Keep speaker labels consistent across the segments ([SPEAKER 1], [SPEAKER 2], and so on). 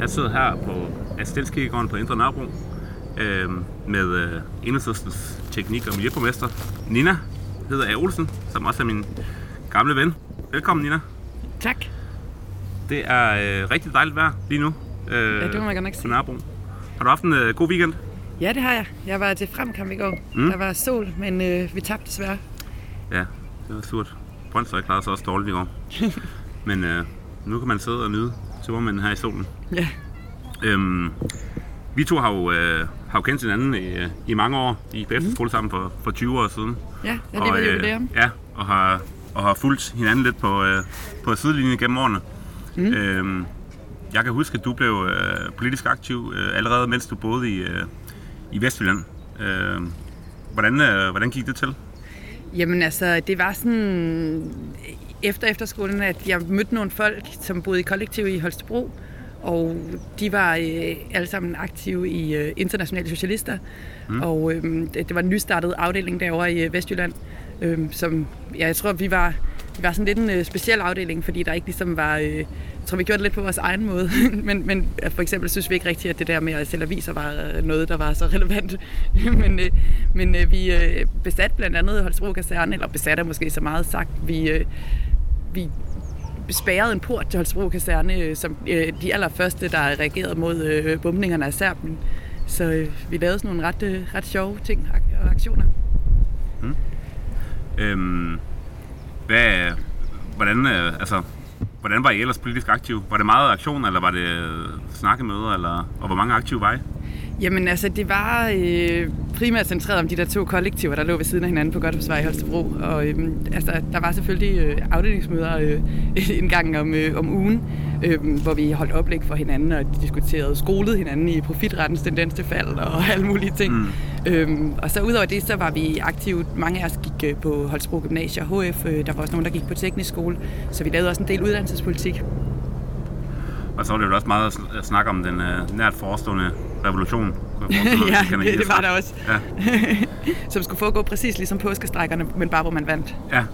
[SPEAKER 1] Jeg sidder her på Assistens-Kirkegården på Indre Nørrebro med Enhedslistens teknik- og miljøborgmester Nina hedder A. Olsen, som også er min gamle ven. Velkommen, Nina.
[SPEAKER 2] Tak.
[SPEAKER 1] Det er rigtig dejligt vejr lige nu
[SPEAKER 2] Ja, det må man godt nok
[SPEAKER 1] på
[SPEAKER 2] sige.
[SPEAKER 1] Nørrebro. Har du haft en god weekend?
[SPEAKER 2] Ja, det har jeg. Jeg var til Fremkamp i går. Der var sol, men vi tabte desværre.
[SPEAKER 1] Ja, det var surt. Brøndshøj klarede sig også dårligt i går. Men nu kan man sidde og nyde tømmermænden her i solen.
[SPEAKER 2] Ja.
[SPEAKER 1] Vi to har jo kendt hinanden i mange år. Vi gik på efterskole sammen for 20 år siden.
[SPEAKER 2] Ja, det er lige ved jubilæum.
[SPEAKER 1] Ja, og har fulgt hinanden lidt på sidelinjen gennem årene. Jeg kan huske, at du blev politisk aktiv allerede, mens du boede i Vestjylland. Hvordan gik det til?
[SPEAKER 2] Jamen altså, det var sådan efter efterskolen, at jeg mødte nogle folk, som boede i kollektiv i Holstebro. Og de var alle sammen aktive i Internationale Socialister. Og det var en nystartet afdeling derovre i Vestjylland, som jeg tror, vi var sådan lidt en speciel afdeling, fordi der ikke ligesom var... Jeg tror, vi gjorde det lidt på vores egen måde. men for eksempel synes vi ikke rigtigt, at det der med at sælge aviser var noget, der var så relevant. men vi besatte blandt andet Holstebro Kaserne, eller besatte måske så meget sagt. Vi spærrede en port til Holstebro Kaserne, som de allerførste, der reagerede mod bombningerne af Serbien. Så vi lavede sådan nogle ret sjove ting og aktioner.
[SPEAKER 1] Hvordan var I ellers politisk aktiv? Var det meget aktion, eller var det snakkemøder, og hvor mange aktive var I?
[SPEAKER 2] Jamen altså, det var primært centreret om de der to kollektiver, der lå ved siden af hinanden på Godthåbsvej i Holstebro. Og der var selvfølgelig afdelingsmøder en gang om ugen, hvor vi holdt oplæg for hinanden og diskuterede, skolede hinanden i profitrettens tendens til fald og alle mulige ting. Og så udover det, så var vi aktive. Mange af os gik på Holstebro Gymnasium og HF. Der var også nogen, der gik på teknisk skole. Så vi lavede også en del uddannelsespolitik.
[SPEAKER 1] Og så var det jo også meget at snakke om den nært forestående revolution.
[SPEAKER 2] Ja, det var der også.
[SPEAKER 1] Ja.
[SPEAKER 2] Som skulle foregå præcis ligesom påskestrækkerne, men bare hvor man vandt.
[SPEAKER 1] Ja.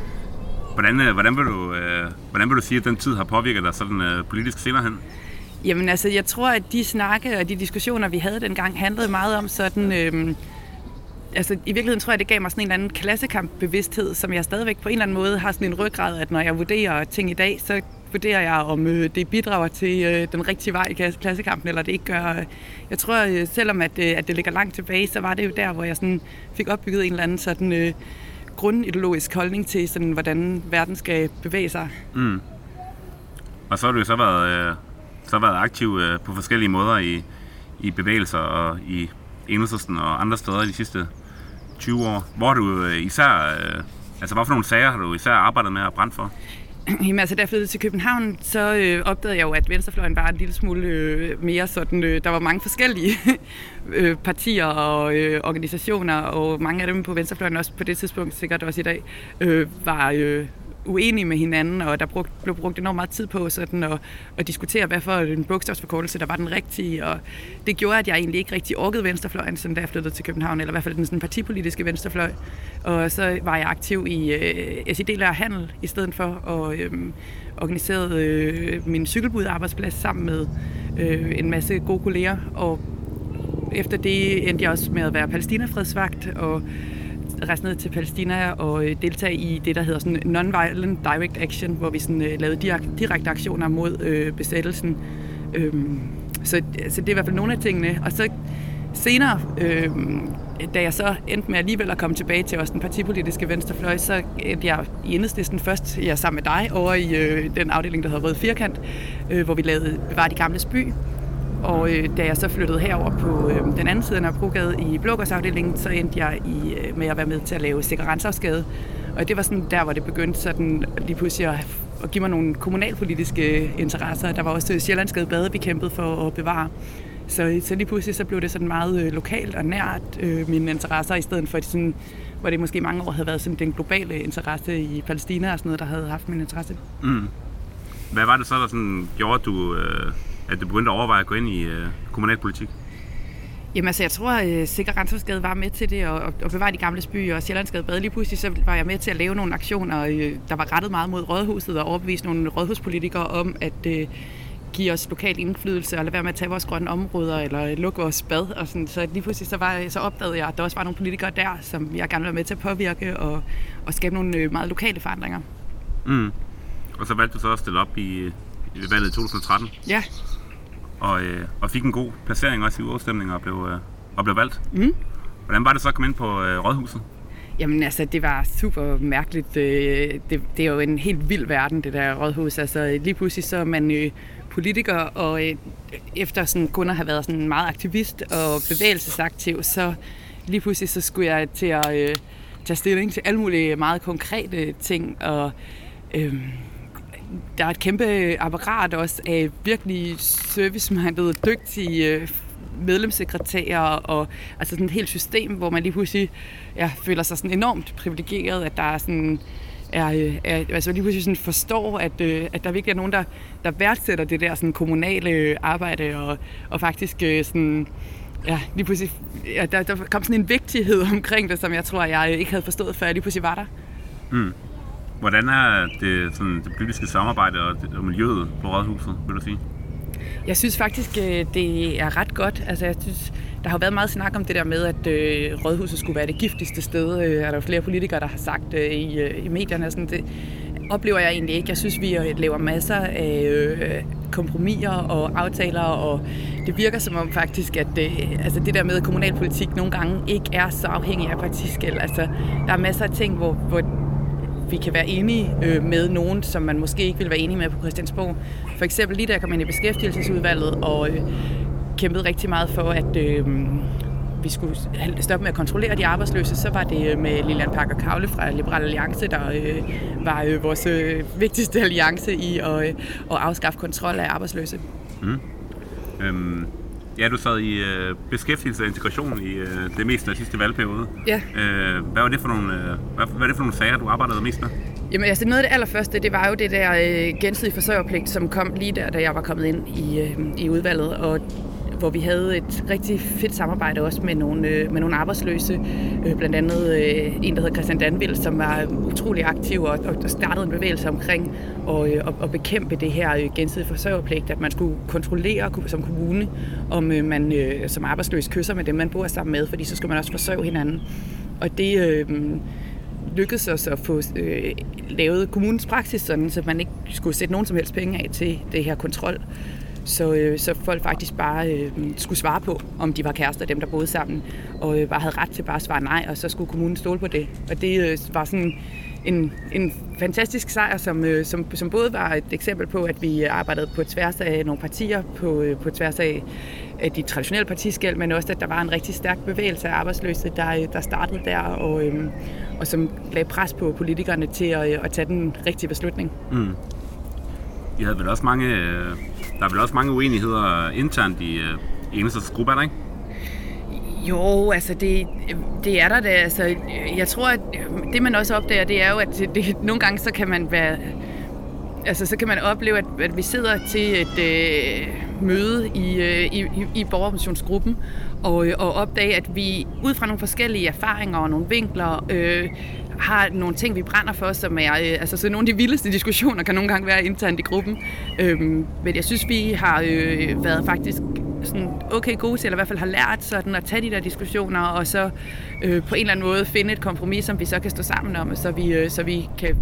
[SPEAKER 1] Hvordan vil du sige, at den tid har påvirket dig sådan politisk senere hen?
[SPEAKER 2] Jamen altså, jeg tror, at de snakke og de diskussioner, vi havde dengang, handlede meget om sådan... Altså, i virkeligheden tror jeg, det gav mig sådan en eller anden klassekampbevidsthed, som jeg stadigvæk på en eller anden måde har sådan en ryggrad, at når jeg vurderer ting i dag, så vurderer jeg, om det bidrager til den rigtige vej i klassekampen, eller det ikke gør. Jeg tror, selvom at det ligger langt tilbage, så var det jo der, hvor jeg sådan fik opbygget en eller anden sådan grundideologisk holdning til, sådan, hvordan verden skal bevæge sig.
[SPEAKER 1] Og så har du jo så været aktiv på forskellige måder i bevægelser og i Enhedslisten og andre steder de sidste 20 år. Hvor har du især, hvad for nogle sager har du især arbejdet med at brænde for?
[SPEAKER 2] Jamen altså, da jeg flyttede til København, så opdagede jeg jo, at venstrefløjen var en lille smule mere sådan, der var mange forskellige partier og organisationer, og mange af dem på venstrefløjen også på det tidspunkt, sikkert også i dag, var uenige med hinanden, og der blev brugt enormt meget tid på sådan at diskutere, hvad for en bogstavsforkortelse, der var den rigtige, og det gjorde, at jeg egentlig ikke rigtig orkede venstrefløjen, sådan da jeg flyttede til København, eller i hvert fald den sådan partipolitiske venstrefløj, og så var jeg aktiv i SID og Handel, i stedet for, og organiserede min cykelbudarbejdsplads sammen med en masse gode kolleger, og efter det endte jeg også med at være Palæstina-fredsvagt, og rejse ned til Palæstina og deltage i det, der hedder sådan non-violent direct action, hvor vi sådan lavede direkte aktioner mod besættelsen. Så det er i hvert fald nogle af tingene. Og så senere, da jeg så endte med alligevel at komme tilbage til også den partipolitiske venstrefløj, så endte jeg i Enhedslisten først, jeg sammen med dig, over i den afdeling, der hedder Rød Firkant, hvor vi lavede Bevar de Gamles By. Og da jeg så flyttede herover på den anden side af Nørrebrogade i Blågårdsafdelingen, så endte jeg med at være med til at lave Sikker Renshavsgade. Og det var sådan der, hvor det begyndte sådan lige pludselig at give mig nogle kommunalpolitiske interesser. Der var også Sjællandsgade Bade, vi kæmpede for at bevare. Så lige pludselig så blev det sådan meget lokalt og nært mine interesser, i stedet for sådan, hvor det måske mange år havde været sådan den globale interesse i Palæstina og sådan noget, der havde haft min interesse.
[SPEAKER 1] Hvad var det så, der sådan gjorde, at du begyndte at overveje at gå ind i kommunalpolitik?
[SPEAKER 2] Jamen altså, jeg tror, at Sikker Renshavsgade var med til det, og bevare de gamle byer og Sjællandsgade Bade. Lige pludselig så var jeg med til at lave nogle aktioner, der var rettet meget mod Rådhuset, og overbevise nogle rådhuspolitikere om, at give os lokal indflydelse og lade være med at tage vores grønne områder eller lukke vores bad. Og sådan. Så lige pludselig så opdagede jeg, at der også var nogle politikere der, som jeg gerne ville være med til at påvirke og skabe nogle meget lokale forandringer.
[SPEAKER 1] Mm. Og så valgte du så at stille op i valget i 2013.
[SPEAKER 2] Ja.
[SPEAKER 1] Og fik en god placering også i urafstemningen og blev valgt.
[SPEAKER 2] Mm.
[SPEAKER 1] Hvordan var det så at komme ind på Rådhuset?
[SPEAKER 2] Jamen altså, det var super mærkeligt. Det er jo en helt vild verden, det der rådhus. Altså lige pludselig så er man politiker, og efter sådan kun at have været sådan meget aktivist og bevægelsesaktiv, så lige pludselig så skulle jeg til at tage stilling til alle mulige meget konkrete ting, og der er et kæmpe apparat også af virkelig service-mindede, dygtige medlemssekretærer og altså sådan et helt system, hvor man lige pludselig føler sig sådan enormt privilegeret, at der er sådan altså lige pludselig sådan forstår, at der virkelig er nogen, der værdsætter det der sådan kommunale arbejde og faktisk sådan lige pludselig der kom sådan en vigtighed omkring det, som jeg tror, jeg ikke havde forstået, før jeg lige pludselig var der.
[SPEAKER 1] Mm. Hvordan er det politiske samarbejde og miljøet på Rådhuset, vil du sige?
[SPEAKER 2] Jeg synes faktisk, det er ret godt. Altså, jeg synes, der har været meget snak om det der med, at Rådhuset skulle være det giftigste sted. Er der flere politikere, der har sagt i medierne. Sådan, det oplever jeg egentlig ikke. Jeg synes, vi laver masser af kompromiser og aftaler, og det virker som om faktisk, at det der med kommunalpolitik nogle gange ikke er så afhængig af partiskel. Altså, der er masser af ting, hvor vi kan være enige med nogen, som man måske ikke vil være enige med på Christiansborg. For eksempel lige da jeg kom ind i beskæftigelsesudvalget og kæmpede rigtig meget for, at vi skulle stoppe med at kontrollere de arbejdsløse, så var det med Lilian Parker Kaule fra Liberal Alliance, der var vores vigtigste alliance i at afskaffe kontrol af arbejdsløse.
[SPEAKER 1] Mm. Ja, du sad i beskæftigelse og integration i det meste af sidste valgperiode.
[SPEAKER 2] Ja.
[SPEAKER 1] Hvad var det for nogle sager, du arbejdede mest med?
[SPEAKER 2] Jamen altså noget af det allerførste, det var jo det der gensidige forsørgerpligt, som kom lige der, da jeg var kommet ind i udvalget, og hvor vi havde et rigtig fedt samarbejde også med nogle arbejdsløse. Blandt andet en, der hedder Christian Danvild, som var utrolig aktiv og startede en bevægelse omkring at bekæmpe det her gensidige forsørgerpligt, at man skulle kontrollere som kommune, om man som arbejdsløs kysser med dem, man bor sammen med, fordi så skulle man også forsørge hinanden. Og det lykkedes os at få lavet kommunens praksis sådan, så man ikke skulle sætte nogen som helst penge af til det her kontrol. Så folk faktisk bare skulle svare på, om de var kærester, dem der boede sammen, og bare havde ret til bare at svare nej, og så skulle kommunen stole på det. Og det var sådan en fantastisk sejr, som både var et eksempel på, at vi arbejdede på tværs af nogle partier, på tværs af de traditionelle partiskel, men også, at der var en rigtig stærk bevægelse af arbejdsløse, der startede der, og som lagde pres på politikerne til at tage den rigtige beslutning. Mm.
[SPEAKER 1] Der er vel også mange uenigheder internt i Enhedslistens gruppe, er der ikke?
[SPEAKER 2] Jo, altså det er der da. Altså, jeg tror, at det man også opdager, det er jo, at nogle gange så kan man være, altså så kan man opleve, at vi sidder til et møde i borgerorganisationsgruppen og opdage, at vi ud fra nogle forskellige erfaringer og nogle vinkler har nogle ting, vi brænder for, som er altså så nogle af de vildeste diskussioner kan nogle gange være internt i gruppen. Men jeg synes, vi har været faktisk sådan okay gode til, eller i hvert fald har lært sådan at tage de der diskussioner, og så på en eller anden måde finde et kompromis, som vi så kan stå sammen om, så vi kan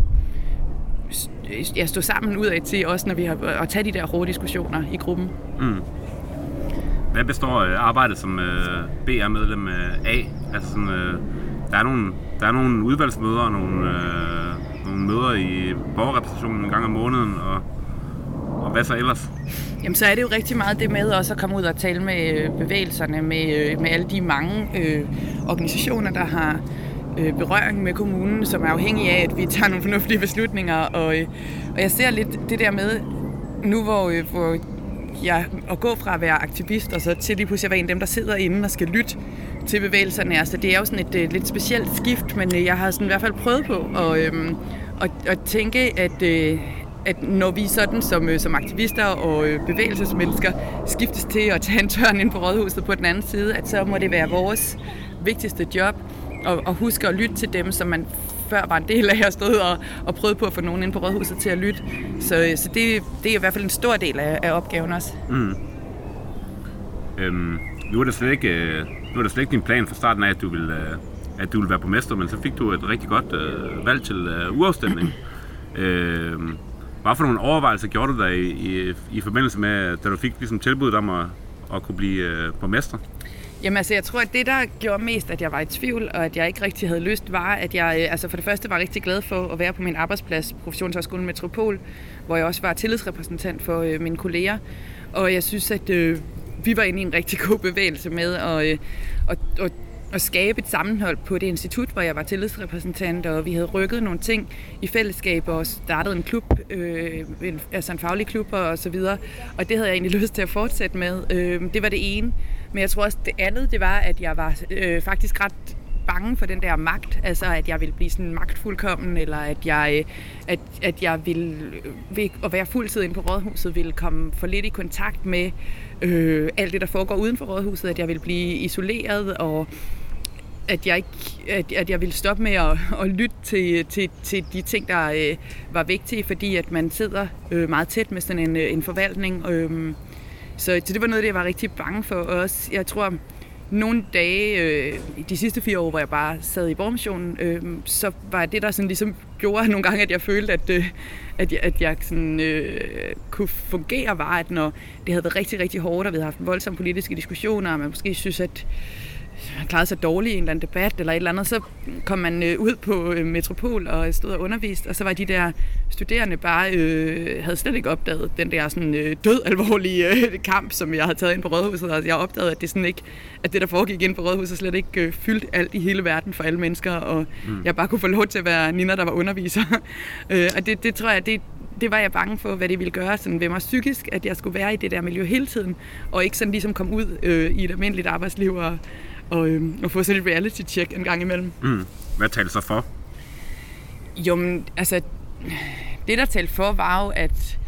[SPEAKER 2] stå sammen udad til også, når vi har at tage de der hårde diskussioner i gruppen. Mm.
[SPEAKER 1] Hvad består arbejdet som BR-medlem af? Altså sådan, der er nogle udvalgsmøder og nogle møder i borgerrepræsentationen en gang om måneden, og hvad så ellers?
[SPEAKER 2] Jamen så er det jo rigtig meget det med også at komme ud og tale med bevægelserne, med alle de mange organisationer, der har berøring med kommunen, som er afhængige af, at vi tager nogle fornuftige beslutninger. Og jeg ser lidt det der med, nu hvor jeg at gå fra at være aktivist og så til lige pludselig at være en af dem, der sidder inde og skal lytte til bevægelserne. Altså, det er jo sådan et lidt specielt skift, men jeg har sådan i hvert fald prøvet på at tænke, at når vi sådan som aktivister og bevægelsesmennesker skiftes til at tage en tørn ind på Rådhuset på den anden side, at så må det være vores vigtigste job at huske at lytte til dem, som man før var en del af, og stod og prøvede på at få nogen ind på rådhuset til at lytte. Så det er i hvert fald en stor del af opgaven også.
[SPEAKER 1] Mm. Nu er det slet ikke din plan fra starten af, at du vil være borgmester, men så fik du et rigtig godt valg til urafstemning. Hvad for nogle overvejelser gjorde du der i forbindelse med, da du fik ligesom tilbuddet om at kunne blive borgmester?
[SPEAKER 2] Jamen altså, jeg tror, at det, der gjorde mest, at jeg var i tvivl, og at jeg ikke rigtig havde lyst, var, at jeg for det første var rigtig glad for at være på min arbejdsplads, Professionshøjskolen Metropol, hvor jeg også var tillidsrepræsentant for mine kolleger. Og jeg synes, at vi var inde i en rigtig god bevægelse med at skabe et sammenhold på det institut, hvor jeg var tillidsrepræsentant, og vi havde rykket nogle ting i fællesskab og startet en klub, en faglig klub og så videre. Og det havde jeg egentlig lyst til at fortsætte med. Det var det ene. Men jeg tror også, det andet, det var, at jeg var faktisk ret bange for den der magt, altså at jeg ville blive sådan magtfuldkommen, eller at jeg ville ved at være fuldtid inde på rådhuset, ville komme for lidt i kontakt med alt det, der foregår uden for rådhuset, at jeg ville blive isoleret, og at jeg ville stoppe med at lytte til de ting, der var vigtige, fordi at man sidder meget tæt med sådan en forvaltning. Så det var noget, jeg var rigtig bange for også. Jeg tror, nogle dage, de sidste 4 år, hvor jeg bare sad i borgermissionen, så var det, der sådan ligesom gjorde nogle gange, at jeg følte, at jeg sådan, kunne fungere, var, at når det havde været rigtig, rigtig hårdt, og vi havde haft voldsomme politiske diskussioner, og man måske synes, at man klarede sig dårligt i en eller anden debat eller et eller andet, så kom man ud på Metropol og stod og undervist, og så var de der studerende bare havde slet ikke opdaget den der sådan død alvorlige kamp, som jeg havde taget ind på rådhuset, og jeg opdagede, at det sådan ikke, at det der foregik ind på rådhuset slet ikke fyldte alt i hele verden for alle mennesker, og jeg bare kunne få lov til at være Nina, der var underviser. Og det tror jeg, det var jeg bange for, hvad det ville gøre sådan ved mig psykisk, at jeg skulle være i det der miljø hele tiden, og ikke sådan ligesom komme ud i et almindeligt arbejdsliv og få sådan et reality-check en gang imellem.
[SPEAKER 1] Hvad talte så for?
[SPEAKER 2] Jo, men altså, det der talte for var jo,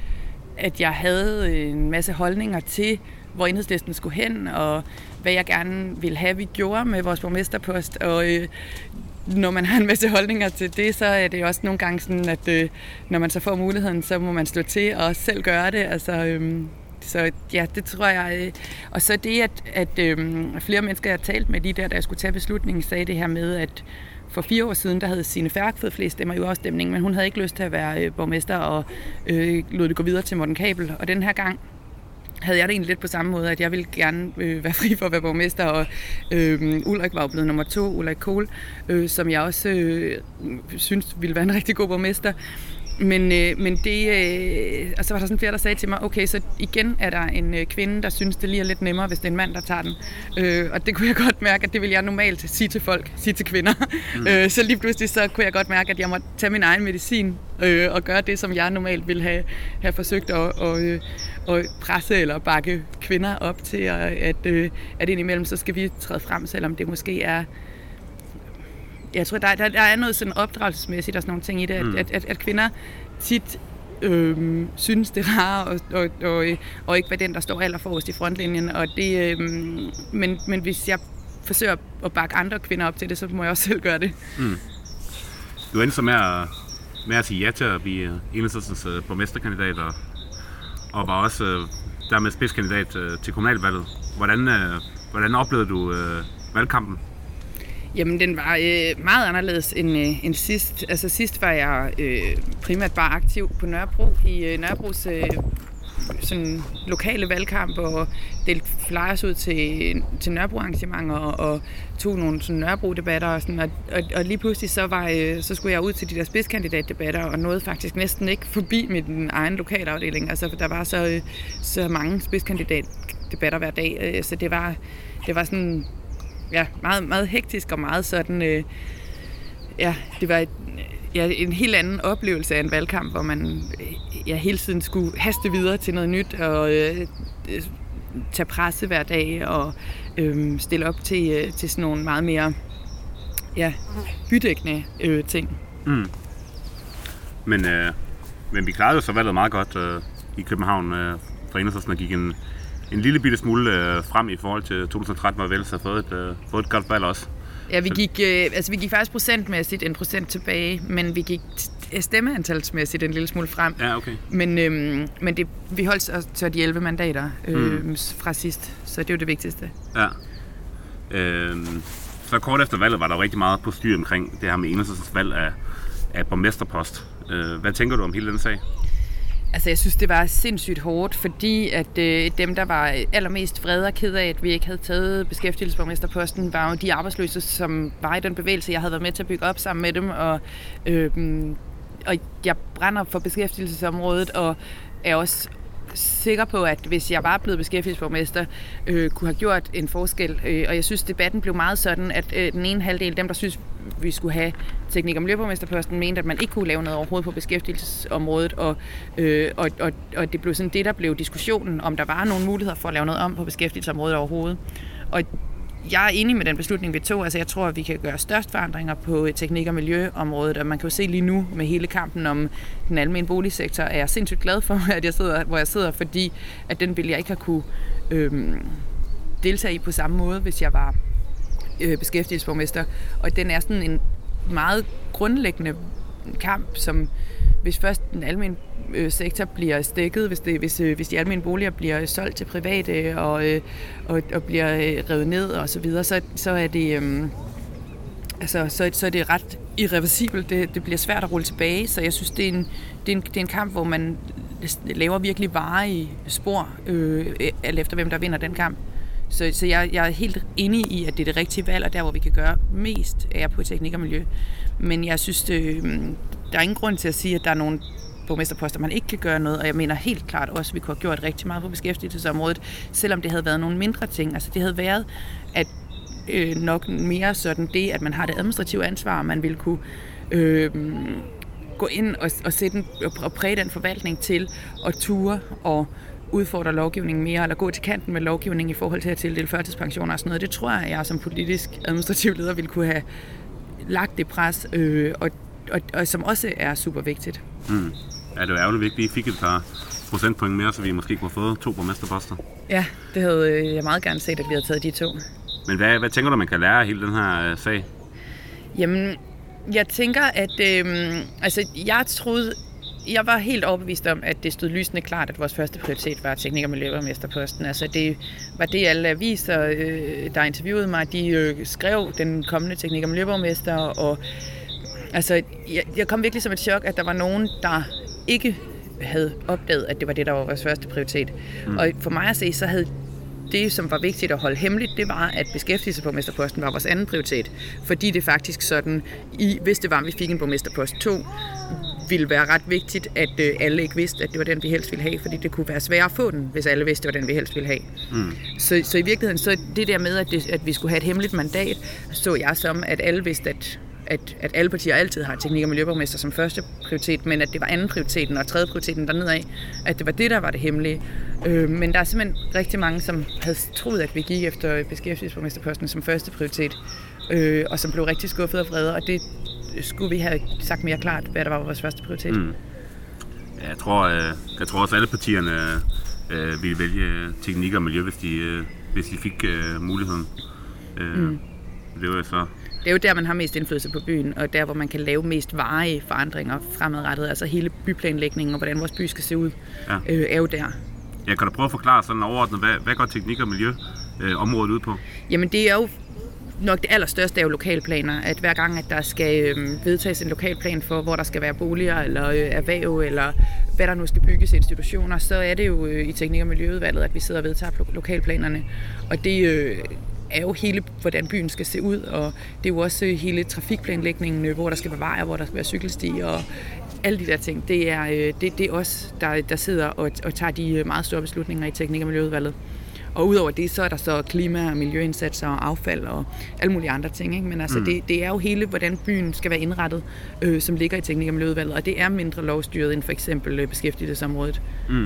[SPEAKER 2] at jeg havde en masse holdninger til, hvor Enhedslisten skulle hen, og hvad jeg gerne ville have, vi gjorde med vores borgmesterpost. Og når man har en masse holdninger til det, så er det også nogle gange sådan, at når man så får muligheden, så må man slå til og selv gøre det. Altså, så ja, det tror jeg. Og så det, at flere mennesker, jeg har talt med lige der, da jeg skulle tage beslutningen, sagde det her med, at for 4 år siden, der havde Signe Ferk fået flest stemmer i urafstemningen, men hun havde ikke lyst til at være borgmester og lod det gå videre til Morten Kabel. Og den her gang havde jeg det egentlig lidt på samme måde, at jeg ville gerne være fri for at være borgmester, og Ulrik var jo blevet nummer 2, Ulrik Kohl, som jeg også synes ville være en rigtig god borgmester. Men det, og så var der sådan flere, der sagde til mig, okay, så igen er der en kvinde, der synes, det lige er lidt nemmere, hvis det er en mand, der tager den. Og det kunne jeg godt mærke, at det vil jeg normalt sige til folk, sige til kvinder. Så lige pludselig så kunne jeg godt mærke, at jeg måtte tage min egen medicin og gøre det, som jeg normalt ville have forsøgt at presse eller bakke kvinder op til, at indimellem så skal vi træde frem, selvom det måske er... Jeg tror, der er noget sådan opdragelsesmæssigt og sådan nogle ting i det, at kvinder tit synes, det er rart og ikke være den, der står allerforrest i frontlinjen. Og det, men hvis jeg forsøger at bakke andre kvinder op til det, så må jeg også selv gøre det.
[SPEAKER 1] Du endte så med at sige ja til at blive Enhedslistens borgmesterkandidat, og var også dermed spidskandidat til kommunalvalget. Hvordan oplevede du valgkampen?
[SPEAKER 2] Jamen, den var meget anderledes end sidst. Altså sidst var jeg primært bare aktiv på Nørrebro, i Nørrebros sådan lokale valgkamp, og delte flyers ud til Nørrebro-arrangementer og tog nogle sådan Nørrebro-debatter og sådan, og lige pludselig så skulle jeg ud til de der spidskandidatdebatter og nåede faktisk næsten ikke forbi min egen lokalafdeling. Altså, for der var så mange spidskandidatdebatter hver dag, så det var sådan... Ja, meget, meget hektisk og meget sådan, det var en helt anden oplevelse af en valgkamp, hvor man hele tiden skulle haste videre til noget nyt og tage presse hver dag og stille op til sådan nogle meget mere bydækkende ting.
[SPEAKER 1] Men vi klarede jo så valget meget godt i København for Enhedslisten, og gik en lille bitte smule frem i forhold til 2013, hvor Venstre havde fået et godt valg også.
[SPEAKER 2] Ja, vi gik faktisk procentmæssigt 1% tilbage, men vi gik stemmeantalsmæssigt en lille smule frem.
[SPEAKER 1] Ja, okay.
[SPEAKER 2] Men vi holdt så de 11 mandater fra sidst, så det er jo det vigtigste.
[SPEAKER 1] Ja. Så kort efter valget var der jo rigtig meget på styr omkring det her med Enhedslistens valg af borgmesterpost. Hvad tænker du om hele den sag?
[SPEAKER 2] Altså, jeg synes, det var sindssygt hårdt, fordi at dem, der var allermest vrede og ked af, at vi ikke havde taget beskæftigelsesborgmesterposten, var jo de arbejdsløse, som var i den bevægelse, jeg havde været med til at bygge op sammen med dem. Og jeg brænder for beskæftigelsesområdet, og er også sikker på, at hvis jeg var blevet beskæftigelsesborgmester, kunne have gjort en forskel. Og jeg synes, debatten blev meget sådan, at den ene halvdel, dem der synes, vi skulle have teknik- og miljøborgmesterposten, mente, at man ikke kunne lave noget overhovedet på beskæftigelsesområdet, og det blev sådan det, der blev diskussionen, om der var nogle muligheder for at lave noget om på beskæftigelsesområdet overhovedet. Og jeg er enig med den beslutning, vi tog. Altså, jeg tror, at vi kan gøre størst forandringer på teknik- og miljøområdet, og man kan jo se lige nu med hele kampen om den almene boligsektor, er jeg sindssygt glad for, at jeg sidder, hvor jeg sidder, fordi at den ville jeg ikke have kunne deltage i på samme måde, hvis jeg var beskæftigelsesborgmester. Og den er sådan en meget grundlæggende kamp, som hvis først den almene sektor bliver stækket, hvis de almene boliger bliver solgt til private og bliver revet ned og så videre, så er det så er det ret irreversibelt. Det bliver svært at rulle tilbage, så jeg synes det er en kamp, hvor man laver virkelig varige spor alt efter hvem der vinder den kamp. Så jeg er helt enig i, at det er det rigtige valg, og der hvor vi kan gøre mest er på teknik og miljø. Men jeg synes der er ingen grund til at sige, at der er nogle borgmesterposter, man ikke kan gøre noget, og jeg mener helt klart også, at vi kunne have gjort rigtig meget på beskæftigelsesområdet, selvom det havde været nogle mindre ting. Altså det havde været, at nok mere sådan det, at man har det administrative ansvar, og man ville kunne gå ind og sætte og præge den forvaltning til at ture og udfordre lovgivningen mere, eller gå til kanten med lovgivningen i forhold til at tildele førtidspensioner og sådan noget. Det tror jeg som politisk administrativ leder ville kunne have lagt det pres, og som også er super vigtigt.
[SPEAKER 1] Ja, det var ærgerligt, at vi ikke fik et par procentpoint mere, så vi måske kunne have fået 2 borgmesterposter.
[SPEAKER 2] Ja, det havde jeg meget gerne set, at vi havde taget de 2.
[SPEAKER 1] Men hvad tænker du, man kan lære af hele den her sag?
[SPEAKER 2] Jamen, jeg tænker, at jeg var helt overbevist om, at det stod lysende klart, at vores første prioritet var teknik- og miljøborgmesterposten. Altså det var det, alle aviser, der interviewede mig, de skrev den kommende teknik- og miljøborgmester, og altså, jeg kom virkelig som et chok, at der var nogen, der ikke havde opdaget, at det var det, der var vores første prioritet. Og for mig at se, så havde det, som var vigtigt at holde hemmeligt, det var, at beskæftigelsesborgmesterposten var vores anden prioritet. Fordi det faktisk sådan, hvis det var, at vi fik en borgmesterpost 2, ville være ret vigtigt, at alle ikke vidste, at det var den, vi helst ville have, fordi det kunne være svært at få den, hvis alle vidste, det var den, vi helst ville have. Så i virkeligheden, så det der med, at vi skulle have et hemmeligt mandat, så jeg som, at alle vidste, at alle partier altid har teknik- og miljøborgmester som første prioritet, men at det var anden prioriteten og tredje prioriteten dernede af, at det var det, der var det hemmelige. Men der er simpelthen rigtig mange, som havde troet, at vi gik efter beskæftigelsesborgmesterposten som første prioritet, og som blev rigtig skuffet og vrede, og det skulle vi have sagt mere klart, hvad der var vores første prioritet.
[SPEAKER 1] Ja, jeg tror også, at alle partierne ville vælge teknik og miljø, hvis de fik muligheden. Det var så...
[SPEAKER 2] Det er jo der, man har mest indflydelse på byen, og der, hvor man kan lave mest varige forandringer fremadrettet. Altså hele byplanlægningen og hvordan vores by skal se ud, er jo der.
[SPEAKER 1] Jeg kan da prøve at forklare sådan overordnet, hvad går teknik- og miljøområdet ud på?
[SPEAKER 2] Jamen det er jo nok det allerstørste er jo lokalplaner, at hver gang, at der skal vedtages en lokalplan for, hvor der skal være boliger eller erhverv, eller hvad der nu skal bygges institutioner, så er det jo i teknik- og miljøudvalget, at vi sidder og vedtager lokalplanerne. Og det er jo hele, hvordan byen skal se ud, og det er jo også hele trafikplanlægningen, hvor der skal være veje, hvor der skal være cykelsti, og alle de der ting. Det er os, der sidder og tager de meget store beslutninger i teknik- og miljøudvalget. Og udover det, så er der så klima- og miljøindsatser og affald og alle mulige andre ting. Ikke? Men altså, det er jo hele, hvordan byen skal være indrettet, som ligger i teknik- og miljøudvalget, og det er mindre lovstyret end for eksempel beskæftigelsesområdet.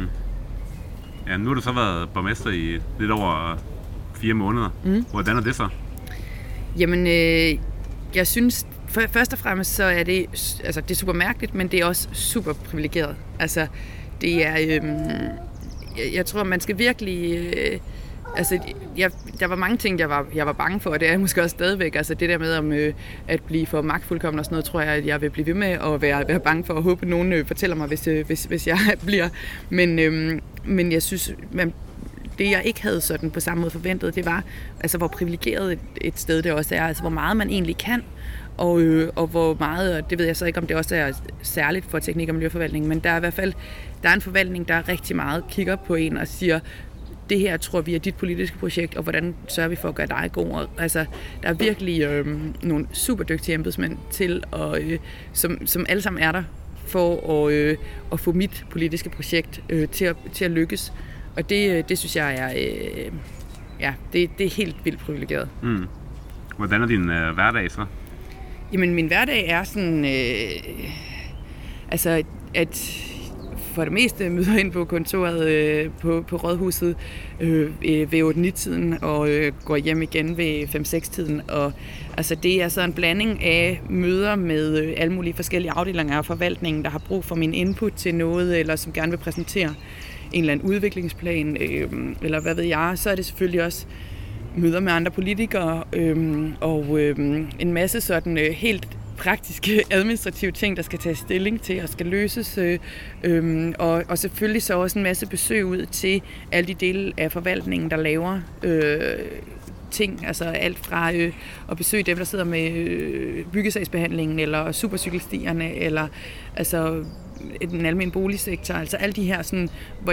[SPEAKER 1] Ja, nu har du så været borgmester i lidt over 4 måneder. Hvordan er det så?
[SPEAKER 2] Jamen, jeg synes, først og fremmest så er det, altså, det er super mærkeligt, men det er også super privilegeret. Altså, det er, jeg tror, man skal virkelig altså, der var mange ting, jeg var bange for, og det er jeg måske også stadigvæk. Altså det der med om at blive for magtfuldkommen og sådan noget, tror jeg, at jeg vil blive ved med at være bange for, at håbe, at nogen fortæller mig, hvis jeg bliver. Men jeg synes, det jeg ikke havde sådan på samme måde forventet, det var, altså hvor privilegeret et sted det også er, altså hvor meget man egentlig kan, og hvor meget, og det ved jeg så ikke, om det også er særligt for teknik- og miljøforvaltningen, men der er i hvert fald der er en forvaltning, der rigtig meget kigger på en og siger, det her tror vi er dit politiske projekt, og hvordan sørger vi for at gøre dig god. Og, altså, der er virkelig nogle super dygtige embedsmænd til, som alle sammen er der for at få mit politiske projekt til at lykkes. Og det synes jeg er, det er helt vildt privilegeret.
[SPEAKER 1] Mm. Hvordan er din hverdag så?
[SPEAKER 2] Jamen, min hverdag er sådan, altså, at for det meste møder ind på kontoret på Rådhuset ved 8-9-tiden og går hjem igen ved 5-6-tiden. Og altså, det er så en blanding af møder med alle mulige forskellige afdelinger af forvaltningen, der har brug for min input til noget, eller som gerne vil præsentere en eller anden udviklingsplan, eller hvad ved jeg. Så er det selvfølgelig også møder med andre politikere, og en masse sådan helt praktiske administrative ting, der skal tages stilling til og skal løses. Og selvfølgelig så også en masse besøg ud til alle de dele af forvaltningen, der laver ting, altså alt fra at besøge dem, der sidder med byggesagsbehandlingen, eller supercykelstierne, eller altså den almene boligsektor, altså alle de her sådan,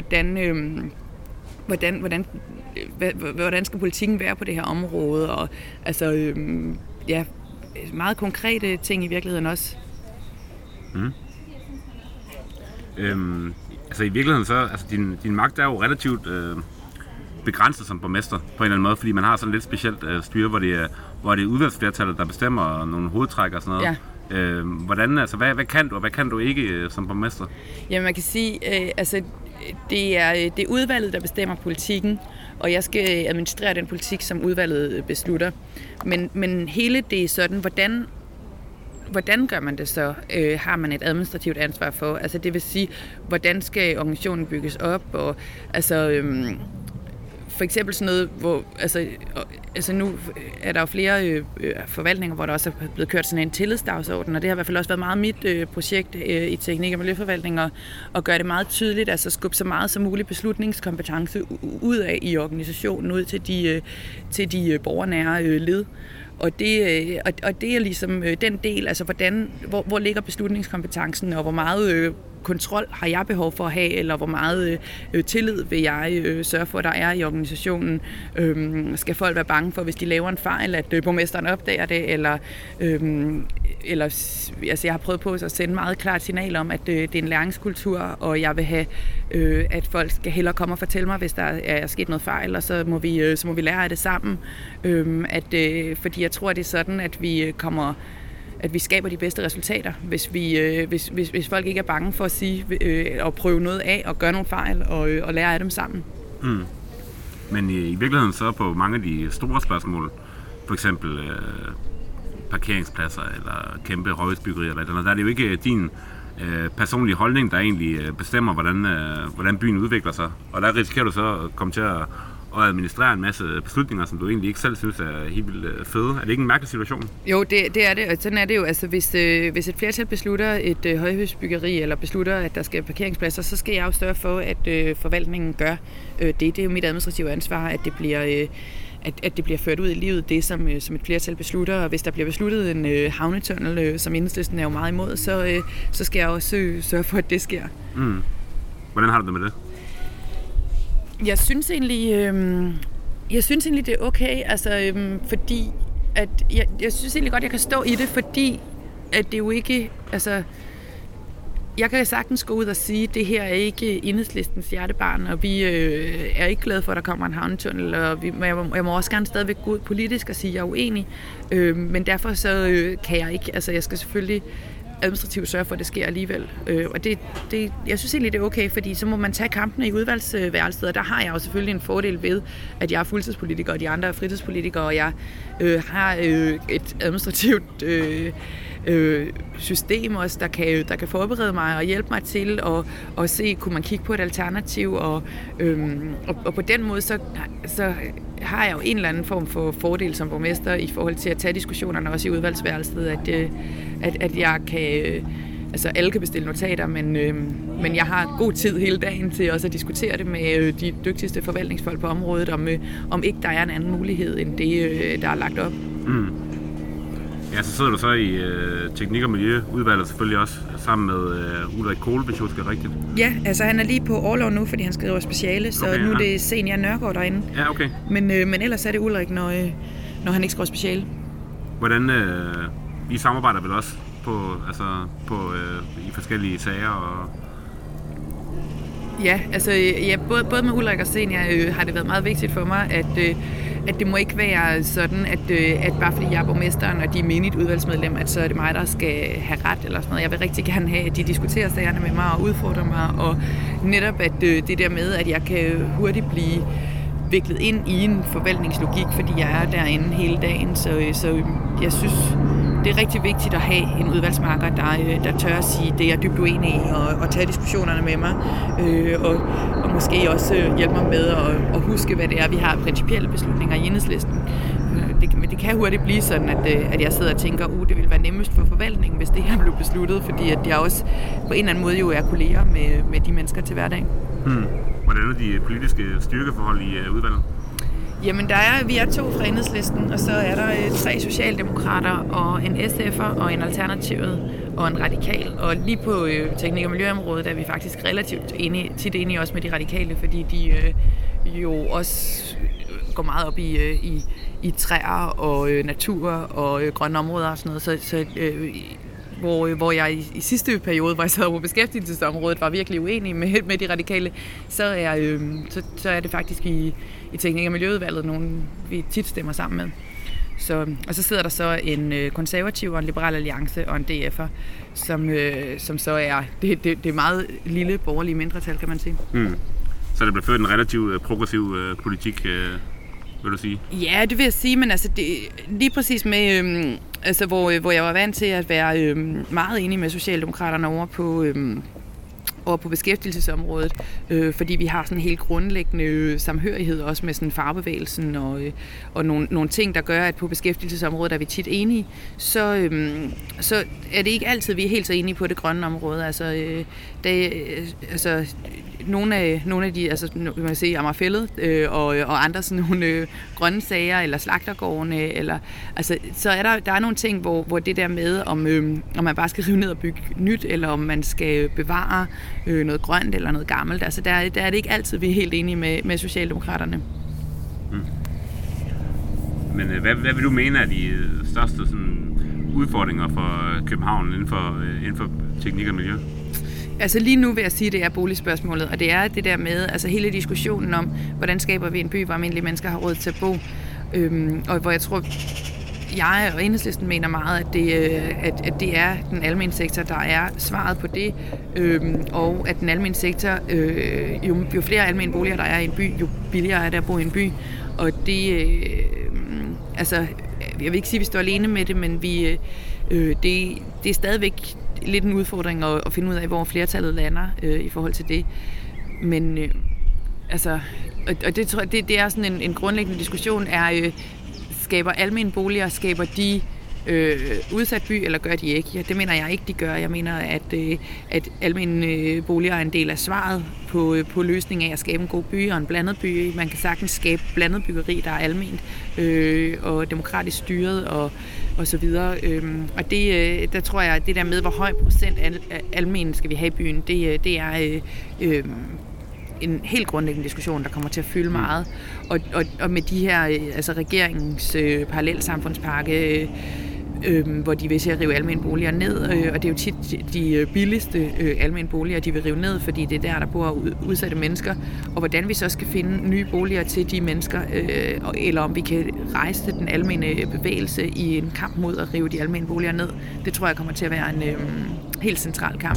[SPEAKER 2] hvordan skal politikken være på det her område, og altså meget konkrete ting i virkeligheden også.
[SPEAKER 1] Altså i virkeligheden så, altså din magt er jo relativt begrænset som borgmester på en eller anden måde, fordi man har sådan lidt specielt styre, hvor det er udvalgsflertallet, der bestemmer nogle hovedtræk og sådan noget. Ja. Hvordan, altså hvad kan du, og hvad kan du ikke som borgmester?
[SPEAKER 2] Jamen man kan sige, altså det er udvalget, der bestemmer politikken, og jeg skal administrere den politik, som udvalget beslutter. Men hele det er sådan, hvordan gør man det så? Har man et administrativt ansvar for? Altså det vil sige, hvordan skal organisationen bygges op? Og altså for eksempel sådan noget, hvor altså nu er der jo flere forvaltninger, hvor der også er blevet kørt sådan en tillidsdagsorden, og det har i hvert fald også været meget mit projekt i teknik- og miljøforvaltning at gøre det meget tydeligt, altså skubbe så meget som muligt beslutningskompetence ud af i organisationen, ud til de borgernære led. Og det er ligesom den del, altså hvor ligger beslutningskompetencen, og hvor meget kontrol har jeg behov for at have, eller hvor meget tillid vil jeg sørge for, at der er i organisationen. Skal folk være bange for, hvis de laver en fejl, at borgmesteren opdager det, eller altså jeg har prøvet på at sende meget klart signal om, at det er en læringskultur, og jeg vil have, at folk skal hellere komme og fortælle mig, hvis der er sket noget fejl, og så må vi lære af det sammen. Fordi jeg tror, det er sådan, at vi skaber de bedste resultater, hvis folk ikke er bange for at sige og prøve noget af og gøre nogle fejl og lære af dem sammen. Mm.
[SPEAKER 1] Men i virkeligheden så på mange af de store spørgsmål, for eksempel parkeringspladser eller kæmpe højhusbyggerier eller noget, der er det jo ikke din personlige holdning, der egentlig bestemmer, hvordan byen udvikler sig. Og der risikerer du så at komme til at administrere en masse beslutninger, som du egentlig ikke selv synes er helt vildt fede. Er det ikke en mærkelig situation?
[SPEAKER 2] Jo, det er det, og sådan er det jo. Altså, hvis et flertal beslutter et højhusbyggeri, eller beslutter, at der skal parkeringspladser, så skal jeg jo sørge for, at forvaltningen gør det. Det er jo mit administrative ansvar, at det bliver ført ud i livet, det som et flertal beslutter. Og hvis der bliver besluttet en havnetunnel, som Enhedslisten er jo meget imod, så skal jeg også sørge for, at det sker.
[SPEAKER 1] Mm. Hvordan har du det med det?
[SPEAKER 2] Jeg synes egentlig, det er okay, altså, fordi at jeg synes egentlig godt, jeg kan stå i det, fordi at det jo ikke, altså, jeg kan sagtens gå ud og sige, at det her er ikke Enhedslistens hjertebarn, og vi er ikke glade for, at der kommer en havnetunnel, og jeg må også gerne stadigvæk gå ud politisk og sige, at jeg er uenig, men derfor så kan jeg ikke, altså jeg skal selvfølgelig administrativt sørge for, at det sker alligevel. Og jeg synes egentlig, det er okay, fordi så må man tage kampene i udvalgsværelset, og der har jeg jo selvfølgelig en fordel ved, at jeg er fuldtidspolitiker, og de andre er fritidspolitikere, og jeg har et administrativt system også, der kan forberede mig og hjælpe mig til at se, kunne man kigge på et alternativ, og på den måde, så har jeg jo en eller anden form for fordel som borgmester i forhold til at tage diskussionerne også i udvalgsværelset, at jeg kan... Altså alle kan bestille notater, men jeg har god tid hele dagen til også at diskutere det med de dygtigste forvaltningsfolk på området, om ikke der er en anden mulighed end det, der er lagt op.
[SPEAKER 1] Mm. Ja, så sidder du så i teknik- og miljøudvalget selvfølgelig også, sammen med Ulrik Kohl, hvis jeg husker rigtigt.
[SPEAKER 2] Ja, altså han er lige på orlov nu, fordi han skriver speciale, så okay, nu er det Senior Nørgaard derinde. Ja, okay. Men ellers er det Ulrik, når han ikke skriver speciale.
[SPEAKER 1] Hvordan, I samarbejder vel også i forskellige sager og...
[SPEAKER 2] Ja, altså både med Ulrik og Senior har det været meget vigtigt for mig, at det må ikke være sådan, at bare fordi jeg er borgmesteren, og de er menigt udvalgsmedlem, at så er det mig, der skal have ret eller sådan noget. Jeg vil rigtig gerne have, at de diskuterer sagerne med mig og udfordrer mig, og netop at det der med, at jeg kan hurtigt blive viklet ind i en forvaltningslogik, fordi jeg er derinde hele dagen, så jeg synes, det er rigtig vigtigt at have en udvalgsmarker, der tør at sige det, jeg er dybt uenig i, og tage diskussionerne med mig, og måske også hjælpe mig med at huske, hvad det er, vi har principielle beslutninger i Enhedslisten. Det kan hurtigt blive sådan, at jeg sidder og tænker, det ville være nemmest for forvaltningen, hvis det her blev besluttet, fordi at jeg også på en eller anden måde jo er kolleger med de mennesker til hverdag.
[SPEAKER 1] Hvordan er de politiske styrkeforhold i udvalget?
[SPEAKER 2] Jamen, vi er 2 fra Enhedslisten, og så er der 3 socialdemokrater, og en SF'er, og en Alternativet, og en radikal. Og lige på teknik- og miljøområdet er vi faktisk relativt tit enige også med de radikale, fordi de jo også går meget op i træer og natur og grønne områder og sådan noget. Så hvor jeg i sidste periode, hvor jeg sad på beskæftigelsesområdet, var virkelig uenig med de radikale, så er det faktisk i teknik- og miljøudvalget nogen, vi tit stemmer sammen med. Og så sidder der så en konservativ og en liberal alliance og en DF'er, som så er det meget lille borgerlige mindretal, kan man sige.
[SPEAKER 1] Så der blev ført en relativt progressiv politik, vil du sige? Ja,
[SPEAKER 2] det vil jeg sige, men altså det, lige præcis med, hvor jeg var vant til at være meget enig med Socialdemokraterne over på beskæftigelsesområdet, fordi vi har sådan en helt grundlæggende samhørighed også med sådan fagbevægelsen og nogle ting, der gør, at på beskæftigelsesområdet er vi tit enige, så er det ikke altid, vi er helt så enige på det grønne område. Nogle af de, vil man sige, Amagerfælled og andre sådan nogle grønne sager, eller slagtergårdene, eller, altså, så er der nogle ting, hvor det der med, om man bare skal rive ned og bygge nyt, eller om man skal bevare noget grønt eller noget gammelt. Altså, der er det ikke altid, vi er helt enige med Socialdemokraterne.
[SPEAKER 1] Men hvad vil du mene er de største sådan, udfordringer for København inden for teknik og miljø?
[SPEAKER 2] Altså lige nu vil jeg sige, at det er boligspørgsmålet, og det er det der med, altså hele diskussionen om, hvordan skaber vi en by, hvor almindelige mennesker har råd til at bo, og hvor jeg tror, jeg og Enhedslisten mener meget, at det er den almene sektor, der er svaret på det, og at den almene sektor, jo flere almene boliger der er i en by, jo billigere er det at bo i en by, og det, jeg vil ikke sige, at vi står alene med det, men det er stadigvæk lidt en udfordring at finde ud af, hvor flertallet lander i forhold til det. Men og det tror jeg, det er sådan en grundlæggende diskussion, skaber almene boliger, skaber de udsat by, eller gør de ikke? Ja, det mener jeg ikke, de gør. Jeg mener, at almene boliger er en del af svaret på løsningen af at skabe en god by og en blandet by. Man kan sagtens skabe blandet byggeri, der er alment og demokratisk styret og så videre. Og der tror jeg, at det der med, hvor høj procent almen skal vi have i byen, det er en helt grundlæggende diskussion, der kommer til at fylde meget. Og med de her, regeringens parallelsamfundspakke, hvor de vil til at rive almene boliger ned, og det er jo tit de billigste almene boliger, de vil rive ned, fordi det er der bor udsatte mennesker, og hvordan vi så skal finde nye boliger til de mennesker, eller om vi kan rejse den almene bevægelse i en kamp mod at rive de almene boliger ned, det tror jeg kommer til at være en helt central kamp.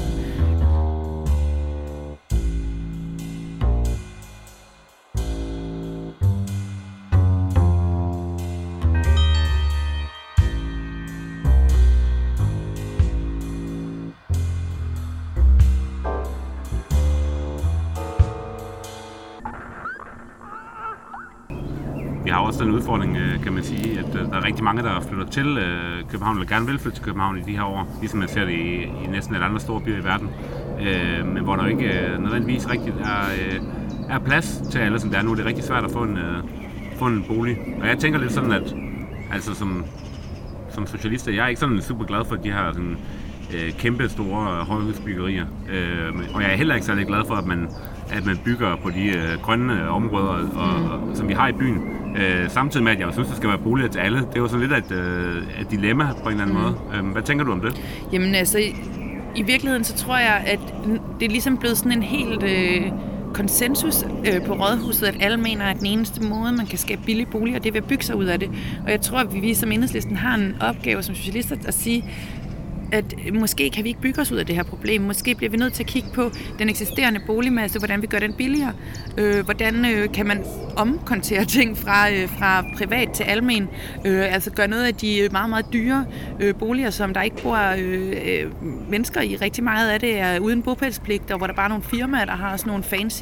[SPEAKER 1] vi har også den udfordring, kan man sige, at der er rigtig mange, der flytter til København, eller gerne vil flytte til København i de her år, ligesom man ser det i næsten alle andre store byer i verden, men hvor der ikke nødvendigvis rigtigt er plads til alle, som det er nu. Det er rigtig svært at få en bolig. Og jeg tænker lidt sådan, at altså som socialister, jeg er ikke sådan super glad for de her sådan, kæmpe store højhusbyggerier. Og jeg er heller ikke særlig glad for, at man bygger på de grønne områder, som vi har i byen. Samtidig med, at jeg synes, der skal være boliger til alle. Det er jo sådan lidt af et dilemma på en eller anden måde. Hvad tænker du om det?
[SPEAKER 2] Jamen altså, i virkeligheden så tror jeg, at det er ligesom blevet sådan en helt konsensus på Rådhuset, at alle mener, at den eneste måde, man kan skabe billige boliger, det er ved at bygge sig ud af det. Og jeg tror, at vi som Enhedslisten har en opgave som socialister at sige, at måske kan vi ikke bygge os ud af det her problem. Måske bliver vi nødt til at kigge på den eksisterende boligmasse, hvordan vi gør den billigere. Hvordan kan man omkontere ting fra privat til almen. Altså gøre noget af de meget, meget dyre boliger, som der ikke bor mennesker i. Rigtig meget af det er uden bopælspligt, og hvor der bare er nogle firmaer, der har sådan nogle fancy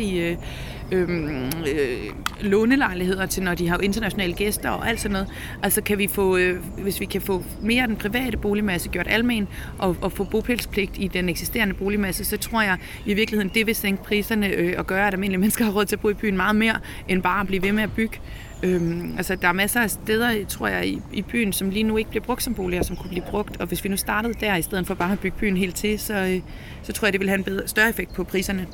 [SPEAKER 2] lånelejligheder til, når de har internationale gæster og alt sådan noget. Altså kan vi få, hvis vi kan få mere af den private boligmasse gjort almen og få bopælspligt i den eksisterende boligmasse, så tror jeg i virkeligheden, det vil sænke priserne og gøre, at almindelige mennesker har råd til at bo i byen meget mere, end bare at blive ved med at bygge. Altså der er masser af steder, tror jeg, i byen, som lige nu ikke bliver brugt som boliger, som kunne blive brugt, og hvis vi nu startede der, i stedet for bare at bygge byen helt til, så tror jeg, det vil have en større effekt på priserne.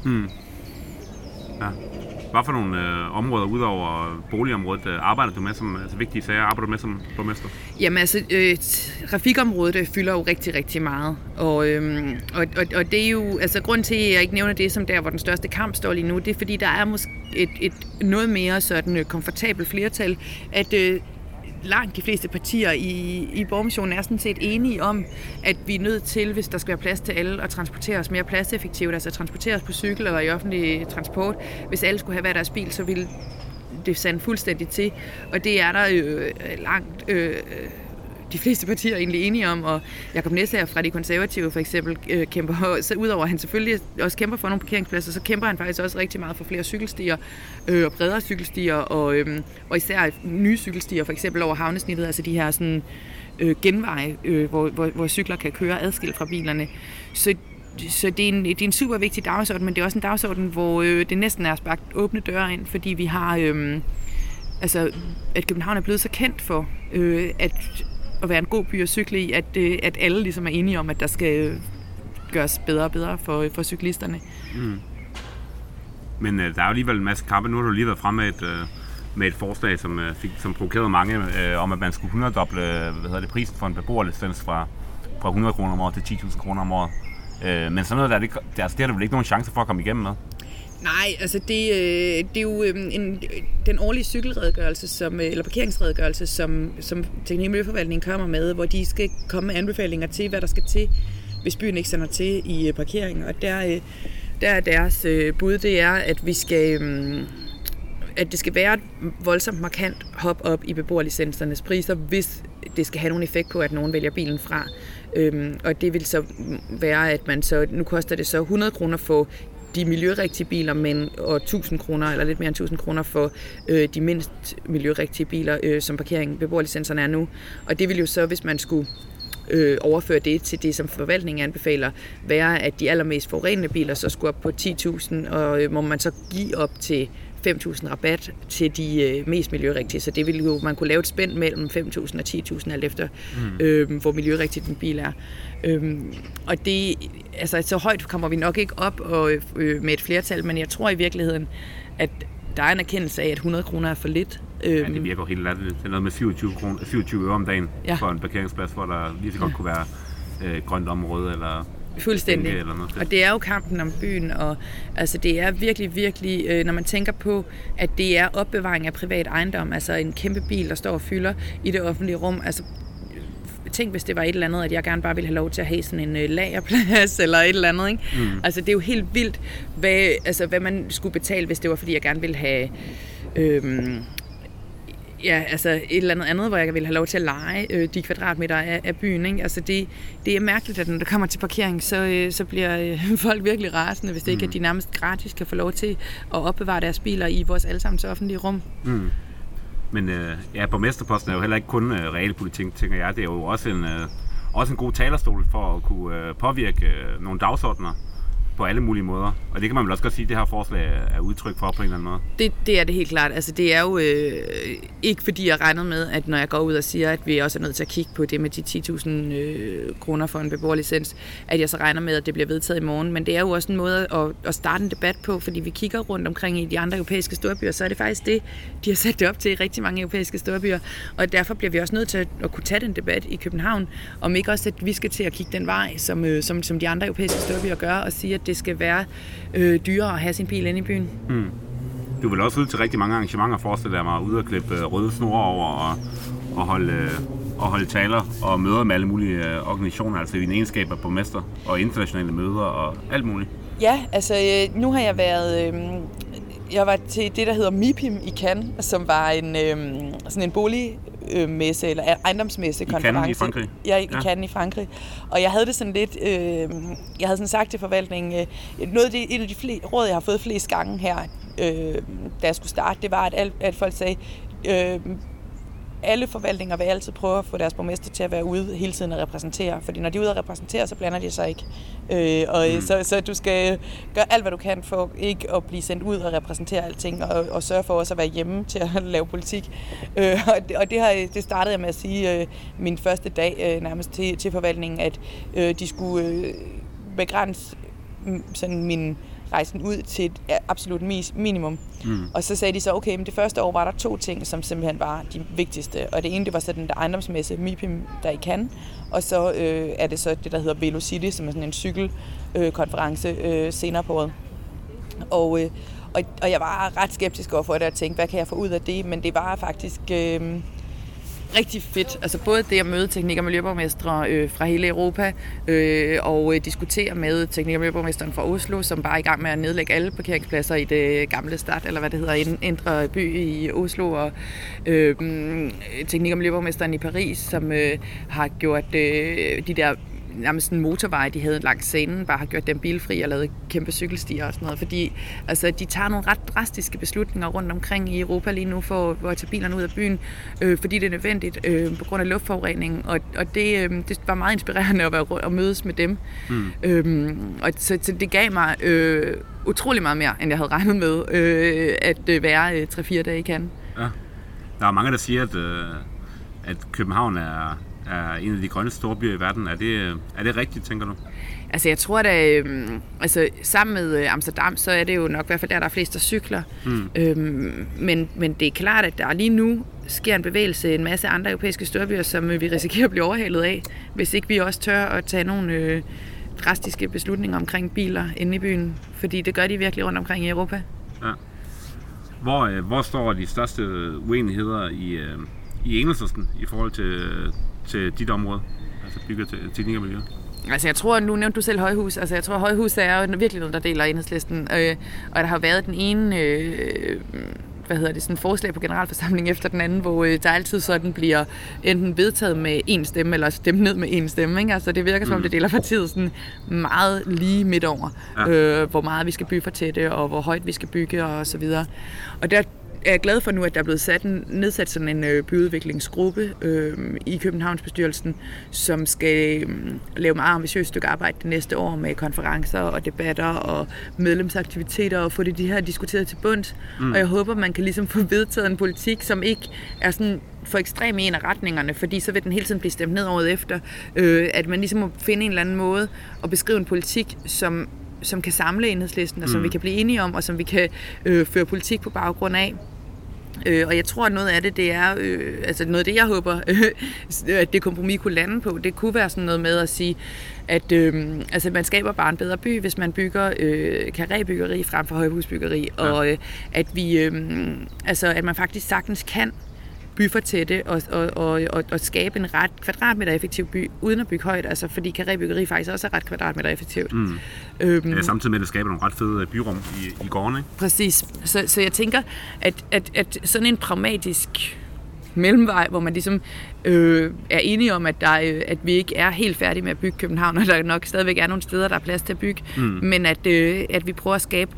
[SPEAKER 1] Ja. Hvad for nogle områder udover boligområdet arbejder du med som vigtige sager? Arbejder du med som borgmester?
[SPEAKER 2] Jamen altså, trafikområdet fylder jo rigtig, rigtig meget. Og det er jo, altså grunden til, at jeg ikke nævner det som der, hvor den største kamp står lige nu, det er fordi, der er måske et noget mere sådan komfortabelt flertal, at langt de fleste partier i borgermissionen er sådan set enige om, at vi er nødt til, hvis der skal være plads til alle, at transportere os mere pladseffektivt, altså transportere os på cykel eller i offentlig transport. Hvis alle skulle have hver deres bil, så ville det sande fuldstændig til. Og det er der langt de fleste partier er egentlig enige om, og Jacob Næssager fra De Konservative for eksempel kæmper, så udover at han selvfølgelig også kæmper for nogle parkeringspladser, så kæmper han faktisk også rigtig meget for flere cykelstier og bredere cykelstier, og især nye cykelstier, for eksempel over havnesnittet, altså de her sådan, genveje, hvor cykler kan køre adskilt fra bilerne. Så det er en super vigtig dagsorden, men det er også en dagsorden, hvor det næsten er sparket åbne døre ind, fordi vi har, at København er blevet så kendt for, at være en god by at cykle i, at alle ligesom er enige om, at der skal gøres bedre og bedre for cyklisterne.
[SPEAKER 1] Men der er jo alligevel en masse kampe. Nu har du lige været fremme med et forslag, som provokerede mange, om at man skulle 100-doble prisen for en beboerlicens fra 100 kroner om året til 10.000 kroner om året. Men sådan noget der er der vel ikke nogen chance for at komme igennem med?
[SPEAKER 2] Nej, altså det er jo den årlige cykelredegørelse, eller parkeringsredegørelse, som Teknik- og Miljøforvaltningen kommer med, hvor de skal komme med anbefalinger til, hvad der skal til, hvis byen ikke sender til i parkering. Og der er deres bud, det er, at vi skal at det skal være et voldsomt markant hop op i beboerlicensernes priser, hvis det skal have nogen effekt på, at nogen vælger bilen fra. Og det vil så være, at man så, nu koster det så 100 kroner for de miljørigtige biler, og 1.000 kroner, eller lidt mere end 1.000 kroner for de mindst miljørigtige biler, som beboerlicenserne er nu. Og det vil jo så, hvis man skulle overføre det til det, som forvaltningen anbefaler, være, at de allermest forurenende biler så skulle op på 10.000, og må man så give op til 5.000 rabat til de mest miljørigtige. Så det vil jo, man kunne lave et spænd mellem 5.000 og 10.000 alt efter, hvor miljørigtigt en bil er. Og det, altså så højt kommer vi nok ikke op med et flertal, men jeg tror i virkeligheden, at der er en erkendelse af, at 100 kroner er for lidt.
[SPEAKER 1] Ja, det virker helt latterligt. Det er noget med 27 øre om dagen for en parkeringsplads, hvor der lige så godt kunne være grønt område eller
[SPEAKER 2] fuldstændig. Eller noget. Og det er jo kampen om byen, og altså det er virkelig, virkelig, når man tænker på, at det er opbevaring af privat ejendom, altså en kæmpe bil, der står og fylder i det offentlige rum. Altså tænk, hvis det var et eller andet, at jeg gerne bare ville have lov til at have sådan en lagerplads eller et eller andet, ikke? Altså det er jo helt vildt, hvad man skulle betale, hvis det var, fordi jeg gerne ville have et eller andet, hvor jeg ville have lov til at leje de kvadratmeter af byen, ikke? Altså det er mærkeligt, at når der kommer til parkering, så bliver folk virkelig rasende, hvis det ikke er, de nærmest gratis kan få lov til at opbevare deres biler i vores allesammens offentlige rum.
[SPEAKER 1] Men borgmesterposten er jo heller ikke kun realpolitik, tænker jeg. Det er jo også en god talerstol for at kunne påvirke nogle dagsordner på alle mulige måder. Og det kan man vel også godt sige, at det her forslag er udtryk for på en eller anden måde.
[SPEAKER 2] Det er det helt klart. Altså, det er jo ikke fordi, jeg regner med, at når jeg går ud og siger, at vi også er nødt til at kigge på det med de 10.000 kroner for en beboerlicens, at jeg så regner med, at det bliver vedtaget i morgen. Men det er jo også en måde at starte en debat på, fordi vi kigger rundt omkring i de andre europæiske storbyer, så er det faktisk det, de har sat det op til i rigtig mange europæiske storbyer. Og derfor bliver vi også nødt til at kunne tage den debat i København, om ikke også, at vi skal til at kigge den vej, som de andre europæiske storbyer gør, og sige, at det skal være dyrere at have sin bil inde i byen.
[SPEAKER 1] Du vil også ud til rigtig mange arrangementer, forestiller jeg mig, ude at klippe røde snore over og holde taler og møder med alle mulige organisationer, altså i en egenskab af borgmester og internationale møder og alt muligt.
[SPEAKER 2] Ja, altså nu har jeg været... Jeg var til det, der hedder MIPIM i Cannes, som var sådan en boligmesse eller ejendomsmesse konference.
[SPEAKER 1] I Cannes i Frankrig?
[SPEAKER 2] Ja, i Cannes i Frankrig. Og jeg havde det sådan lidt... jeg havde sådan sagt til forvaltningen... et af de råd, jeg har fået flest gange her, da jeg skulle starte, det var, at folk sagde... alle forvaltninger vil altid prøve at få deres borgmester til at være ude hele tiden og repræsentere. Fordi når de er ude at repræsentere, så blander de sig ikke. Så du skal gøre alt, hvad du kan for ikke at blive sendt ud og repræsentere alting, og sørge for også at være hjemme til at lave politik. Og det startede jeg med at sige min første dag nærmest til forvaltningen, at de skulle begrænse sådan min rejsen ud til et absolut minimum. Og så sagde de så, okay, men det første år var der 2 ting, som simpelthen var de vigtigste. Og det ene, det var så den der ejendomsmesse, MIPIM, der I Cannes. Og så er det så det, der hedder Velocity, som er sådan en cykelkonference senere på året. Og jeg var ret skeptisk overfor det, og tænkte, hvad kan jeg få ud af det? Men det var faktisk... rigtig fedt. Altså både det at møde teknik- og miljøborgmestre fra hele Europa og diskutere med teknik- og miljøborgmesteren fra Oslo, som bare er i gang med at nedlægge alle parkeringspladser i det gamle stad, eller hvad det hedder, Indre By i Oslo, og teknik- og miljøborgmesteren i Paris, som har gjort de der nærmest en motorvej, de havde langs scenen, bare har gjort dem bilfri og lavet kæmpe cykelstier og sådan noget, fordi altså, de tager nogle ret drastiske beslutninger rundt omkring i Europa lige nu for at tage bilerne ud af byen, fordi det er nødvendigt på grund af luftforureningen, og det var meget inspirerende at være rundt og mødes med dem. Og så det gav mig utrolig meget mere, end jeg havde regnet med, at være 3-4 dage i Cannes.
[SPEAKER 1] Ja. Der er mange, der siger, at København er en af de grønneste storbyer i verden. Er det rigtigt, tænker du?
[SPEAKER 2] Altså jeg tror da, sammen med Amsterdam, så er det jo nok i hvert fald der er flest, der cykler. Men det er klart, at der lige nu sker en bevægelse i en masse andre europæiske storbyer, som vi risikerer at blive overhalet af, hvis ikke vi også tør at tage nogle drastiske beslutninger omkring biler inde i byen. Fordi det gør de virkelig rundt omkring i Europa.
[SPEAKER 1] Ja. Hvor står de største uenigheder i Enhedslisten i forhold til dit område, altså bygger til teknik og miljø?
[SPEAKER 2] Altså jeg tror, nu nævnte du selv højhus, altså jeg tror, højhus er jo virkelig noget, der deler Enhedslisten, og der har været den ene, sådan forslag på generalforsamling efter den anden, hvor der altid sådan bliver enten vedtaget med én stemme, eller stemt ned med én stemme, ikke? Altså det virker som om, det deler partiet sådan meget lige midt over, hvor meget vi skal bygge for tætte, og hvor højt vi skal bygge, og så videre. Og der er jeg glad for nu, at der er blevet nedsat sådan en byudviklingsgruppe i Københavnsbestyrelsen, som skal lave meget ambitiøst stykke arbejde det næste år med konferencer og debatter og medlemsaktiviteter og få de her diskuteret til bunds. Og jeg håber, man kan ligesom få vedtaget en politik, som ikke er sådan for ekstrem i en af retningerne, fordi så vil den hele tiden blive stemt ned året efter. At man ligesom må finde en eller anden måde at beskrive en politik, som kan samle Enhedslisten, og som vi kan blive enige om, og som vi kan føre politik på baggrund af. Og jeg tror, at noget af det er, noget af det, jeg håber, at det kompromis kunne lande på, det kunne være sådan noget med at sige, at man skaber bare en bedre by, hvis man bygger karrébyggeri frem for højhusbyggeri, og at vi, at man faktisk sagtens kan byfortætte og skabe en ret kvadratmeter effektiv by, uden at bygge højt, altså fordi karrébyggeri faktisk også er ret kvadratmeter effektivt.
[SPEAKER 1] Samtidig med, at det skaber nogle ret fede byrum i gården, ikke?
[SPEAKER 2] Præcis. Så jeg tænker, at sådan en pragmatisk mellemvej, hvor man ligesom er enige om, at vi ikke er helt færdige med at bygge København, og der nok stadigvæk er nogle steder, der er plads til at bygge, men at vi prøver at skabe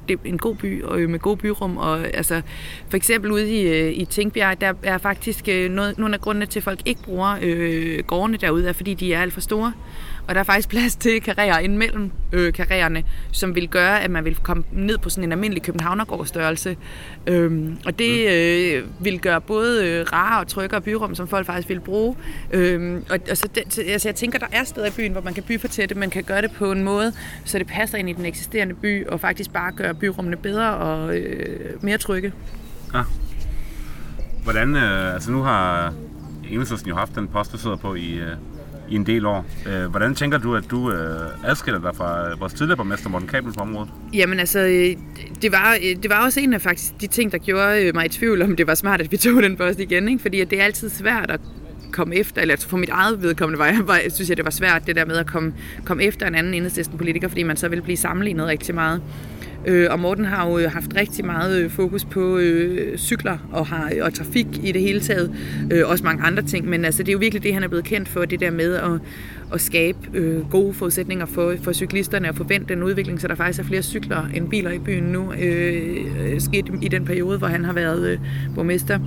[SPEAKER 2] en god by og med god byrum. Og altså, for eksempel ude i Tingbjerg, der er faktisk nogle af grundene til, at folk ikke bruger gårdene derude, er, fordi de er alt for store. Og der er faktisk plads til karrierer indimellem karriererne, som vil gøre, at man vil komme ned på sådan en almindelig københavnergårdstørrelse. Og det vil gøre både rare og tryggere byrum, som folk faktisk vil bruge. Jeg tænker, der er steder i byen, hvor man kan byfortætte, man kan gøre det på en måde, så det passer ind i den eksisterende by, og faktisk bare gøre byrummene bedre og mere trygge.
[SPEAKER 1] Ja. Hvordan, altså nu har Enhedslisten jo haft den post, du sidder på i en del år. Hvordan tænker du, at du adskiller dig fra vores tidligere borgmester Morten Kabel på området?
[SPEAKER 2] Jamen altså, det var også en af faktisk de ting, der gjorde mig i tvivl om, det var smart, at vi tog den post igen, ikke? Fordi det er altid svært at komme efter, eller for mit eget vedkommende synes jeg, det var svært, det der med at komme efter en anden Enhedslisten-politiker, fordi man så ville blive sammenlignet rigtig meget. Og Morten har jo haft rigtig meget fokus på cykler og trafik i det hele taget. Også mange andre ting, men altså, det er jo virkelig det, han er blevet kendt for, det der med at skabe gode forudsætninger for cyklisterne og forvente den udvikling, så der faktisk er flere cykler end biler i byen nu, sket i den periode, hvor han har været borgmester.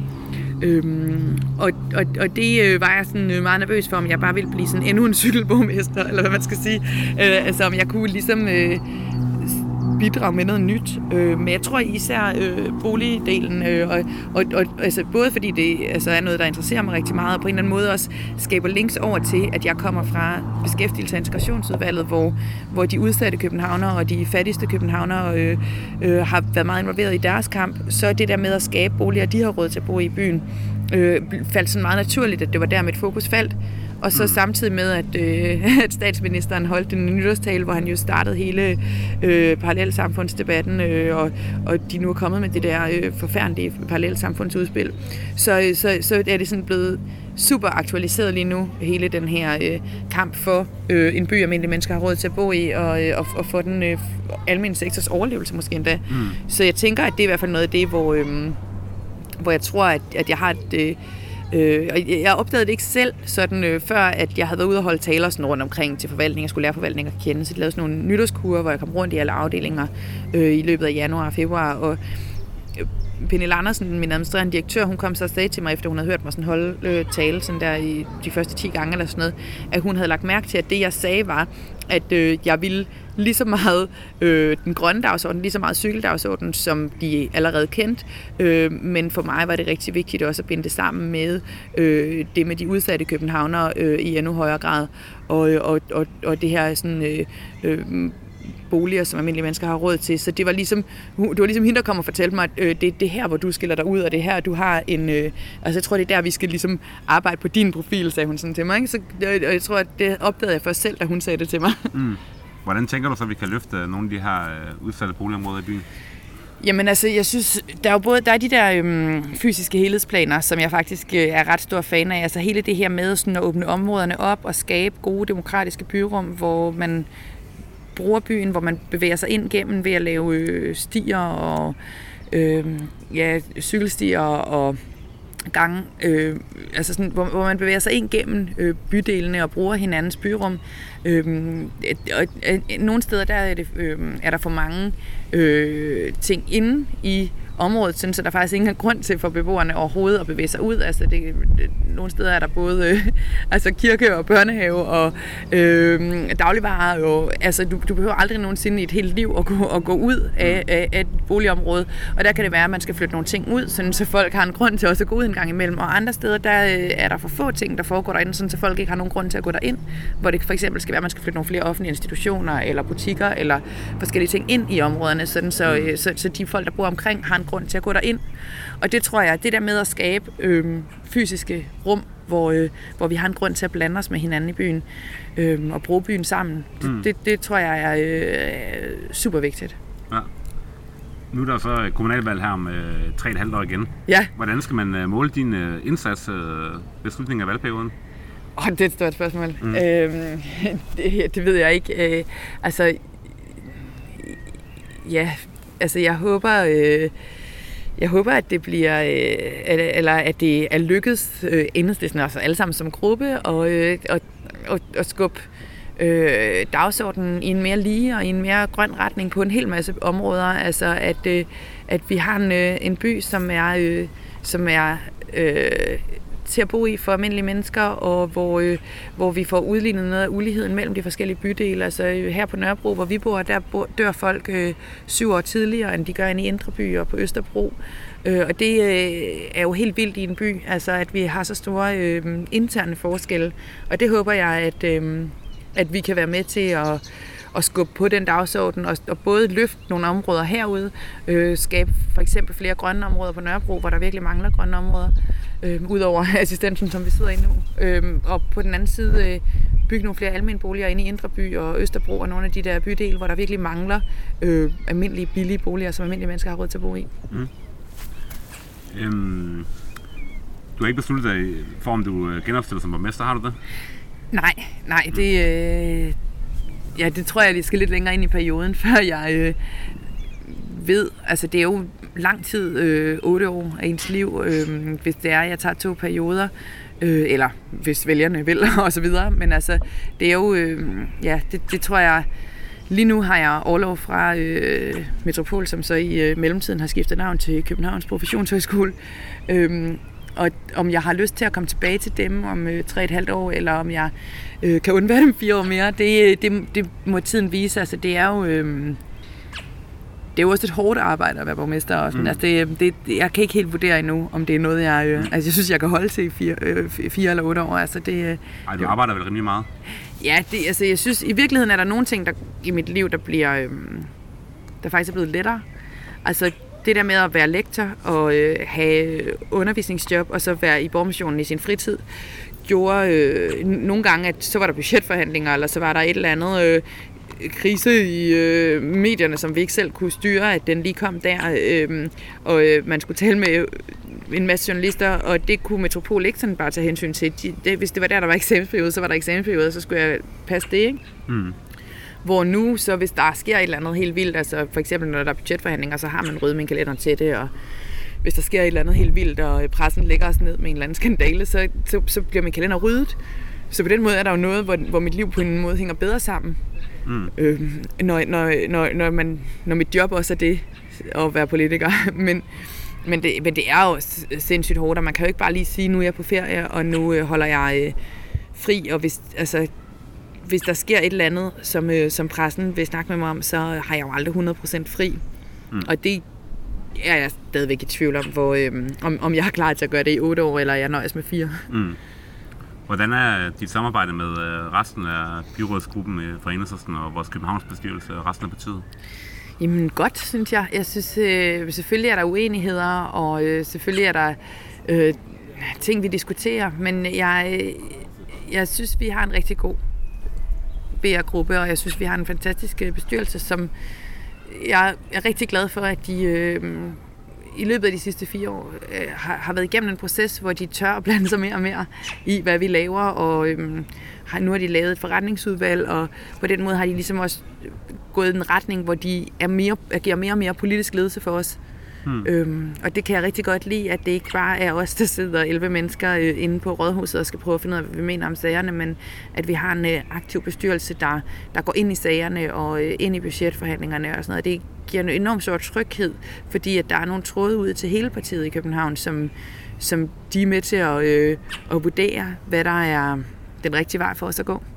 [SPEAKER 2] Og det var jeg sådan meget nervøs for, om jeg bare ville blive sådan endnu en cykelborgmester, eller hvad man skal sige. Altså om jeg kunne ligesom bidrage med noget nyt. Men jeg tror især boligdelen, altså både fordi det altså er noget, der interesserer mig rigtig meget, og på en eller anden måde også skaber links over til, at jeg kommer fra beskæftigelse- og integrationsudvalget, hvor de udsatte københavnere og de fattigste københavnere har været meget involveret i deres kamp. Så det der med at skabe boliger, de har råd til at bo i byen, faldt sådan meget naturligt, at det var der mit fokus faldt. Og så samtidig med, at statsministeren holdt en nytårstale, hvor han jo startede hele parallelsamfundsdebatten, og de nu er kommet med det der forfærdelige parallelsamfundsudspil, så er det sådan blevet super aktualiseret lige nu, hele den her kamp for en by, almindelige mennesker har råd til at bo i, og for den almindelige sektors overlevelse måske endda. Så jeg tænker, at det er i hvert fald noget af det, hvor jeg tror, at jeg har et... Jeg opdagede det ikke selv, sådan, før at jeg havde været ude og holde taler sådan rundt omkring til forvaltning. Jeg skulle lære forvaltning at kende, så jeg lavede sådan nogle nytårskurer, hvor jeg kom rundt i alle afdelinger i løbet af januar og februar. Og Pernille Andersen, min administrerende direktør, hun kom så og sagde til mig, efter hun havde hørt mig sådan holde tale sådan der i de første 10 gange eller sådan noget, at hun havde lagt mærke til, at det jeg sagde var, at jeg ville lige så meget den grønne dagsorden, lige så meget cykeldagsorden, som de allerede kendte. Men for mig var det rigtig vigtigt også at binde det sammen med det med de udsatte københavnere i endnu højere grad. Og det her sådan... boliger, som almindelige mennesker har råd til. Så det var ligesom hende, der kom og fortalte mig, at det er det her, hvor du skiller dig ud, og det her, du har en... altså, jeg tror, det er der, vi skal ligesom arbejde på din profil, sagde hun sådan til mig. Ikke? Så jeg tror, at det opdagede jeg først selv, da hun sagde det til mig.
[SPEAKER 1] Hvordan tænker du så, at vi kan løfte nogle af de her udsatte boligområder i byen?
[SPEAKER 2] Jamen altså, jeg synes, der er de der fysiske helhedsplaner, som jeg faktisk er ret stor fan af. Altså hele det her med sådan at åbne områderne op og skabe gode demokratiske byrum, hvor man bruger byen, hvor man bevæger sig ind gennem ved at lave stier og cykelstier og gange, altså sådan, hvor man bevæger sig ind gennem bydelene og bruger hinandens byrum. Nogle steder der er der for mange ting inde i området, så der faktisk ingen grund til for beboerne overhovedet at bevæge sig ud. Altså nogle steder er der både altså kirke og børnehave og dagligvarer. Og, altså du behøver aldrig nogensinde i et helt liv at gå ud af et boligområde. Og der kan det være, at man skal flytte nogle ting ud, sådan, så folk har en grund til også at gå ud en gang imellem. Og andre steder, der er der for få ting, der foregår derinde, sådan, så folk ikke har nogen grund til at gå derind. Hvor det for eksempel skal være, at man skal flytte nogle flere offentlige institutioner eller butikker eller forskellige ting ind i områderne, sådan, så de folk, der bor omkring, har en grund til at gå derind. Og det tror jeg, det der med at skabe fysiske rum, hvor vi har en grund til at blande os med hinanden i byen og bruge byen sammen, det tror jeg er super vigtigt. Ja.
[SPEAKER 1] Nu er der så kommunalvalg her om 3,5 år igen.
[SPEAKER 2] Ja.
[SPEAKER 1] Hvordan skal man måle din indsats ved slutningen af valgperioden?
[SPEAKER 2] Det er et stort spørgsmål. Det ved jeg ikke. Jeg håber, at det bliver, eller at det er lykkedes Enhedslisten, altså alle sammen som gruppe, og skubbe dagsordenen i en mere lige og i en mere grøn retning på en hel masse områder. Altså at vi har en by, som er til at bo i for almindelige mennesker, og hvor vi får udlignet noget af uligheden mellem de forskellige bydele. Altså her på Nørrebro, hvor vi bor, der dør folk 7 år tidligere, end de gør inde i Indre By og på Østerbro. Og det er jo helt vildt i en by, altså at vi har så store interne forskelle. Og det håber jeg, at vi kan være med til at skubbe på den dagsorden og både løfte nogle områder herude, skabe for eksempel flere grønne områder på Nørrebro, hvor der virkelig mangler grønne områder, udover assistensen, som vi sidder i nu. Og på den anden side bygge nogle flere almene boliger inde i Indre By og Østerbro og nogle af de der bydele, hvor der virkelig mangler almindelige billige boliger, som almindelige mennesker har råd til at bo i.
[SPEAKER 1] Du har ikke besluttet dig for, om du genopstiller som borgmester, har du det?
[SPEAKER 2] Nej, det tror jeg, det skal lidt længere ind i perioden, før jeg ved. Altså, det er jo lang tid, 8 år af ens liv, hvis det er, jeg tager 2 perioder, eller hvis vælgerne vil, og så videre. Men altså, det er jo, det tror jeg. Lige nu har jeg orlov fra Metropol, som så i mellemtiden har skiftet navn til Københavns Professionshøjskole. Og om jeg har lyst til at komme tilbage til dem om 3,5 år, eller om jeg kan undvære dem 4 år mere, det må tiden vise. Altså, det er jo også et hårdt arbejde at være borgmester. Og sådan. Altså, jeg kan ikke helt vurdere endnu, om det er noget, jeg synes, jeg kan holde til i 4 eller 8 år. Altså,
[SPEAKER 1] du arbejder vel rimelig meget?
[SPEAKER 2] Ja, jeg synes, i virkeligheden er der nogle ting i mit liv, der faktisk er blevet lettere. Altså, det der med at være lektor og have undervisningsjob, og så være i borgermissionen i sin fritid, gjorde nogle gange, at så var der budgetforhandlinger, eller så var der et eller andet krise i medierne, som vi ikke selv kunne styre, at den lige kom der, og man skulle tale med en masse journalister, og det kunne Metropol ikke sådan bare tage hensyn til. Hvis det var der var eksamensperiode, så var der eksamensperiode, og så skulle jeg passe det, ikke? Hvor nu, så hvis der sker et eller andet helt vildt, altså for eksempel når der er budgetforhandlinger, så har man ryddet min kalender til det, og hvis der sker et eller andet helt vildt, og pressen lægger os ned med en eller anden skandale, så bliver min kalender ryddet. Så på den måde er der jo noget, hvor mit liv på en måde hænger bedre sammen. Når mit job også er det, at være politiker. Men det er jo sindssygt hårdt, og man kan jo ikke bare lige sige, nu er jeg på ferie, og nu holder jeg fri, og hvis der sker et eller andet, som pressen vil snakke med mig om, så har jeg jo aldrig 100% fri. Og det er jeg stadigvæk i tvivl om, om jeg er klar til at gøre det i 8 år, eller jeg nøjes med 4.
[SPEAKER 1] Hvordan er dit samarbejde med resten af byrådsgruppen fra Enhedslisten og vores Københavns bestyrelse og resten af partiet?
[SPEAKER 2] Jamen godt, synes jeg. Jeg synes, selvfølgelig er der uenigheder, og selvfølgelig er der ting, vi diskuterer, men jeg synes, vi har en rigtig god BR-gruppe, og jeg synes, vi har en fantastisk bestyrelse, som jeg er rigtig glad for, at de i løbet af de sidste 4 år har været igennem en proces, hvor de tør at blande sig mere og mere i, hvad vi laver, og nu har de lavet et forretningsudvalg, og på den måde har de ligesom også gået i en retning, hvor de agerer mere og mere politisk ledelse for os. Og det kan jeg rigtig godt lide, at det ikke bare er os, der sidder 11 mennesker inde på rådhuset og skal prøve at finde ud af, hvad vi mener om sagerne, men at vi har en aktiv bestyrelse, der går ind i sagerne og ind i budgetforhandlingerne og sådan noget. Det giver en enormt stor tryghed, fordi at der er nogle tråde ud til hele partiet i København, som de er med til at vurdere, hvad der er den rigtige vej for os at gå.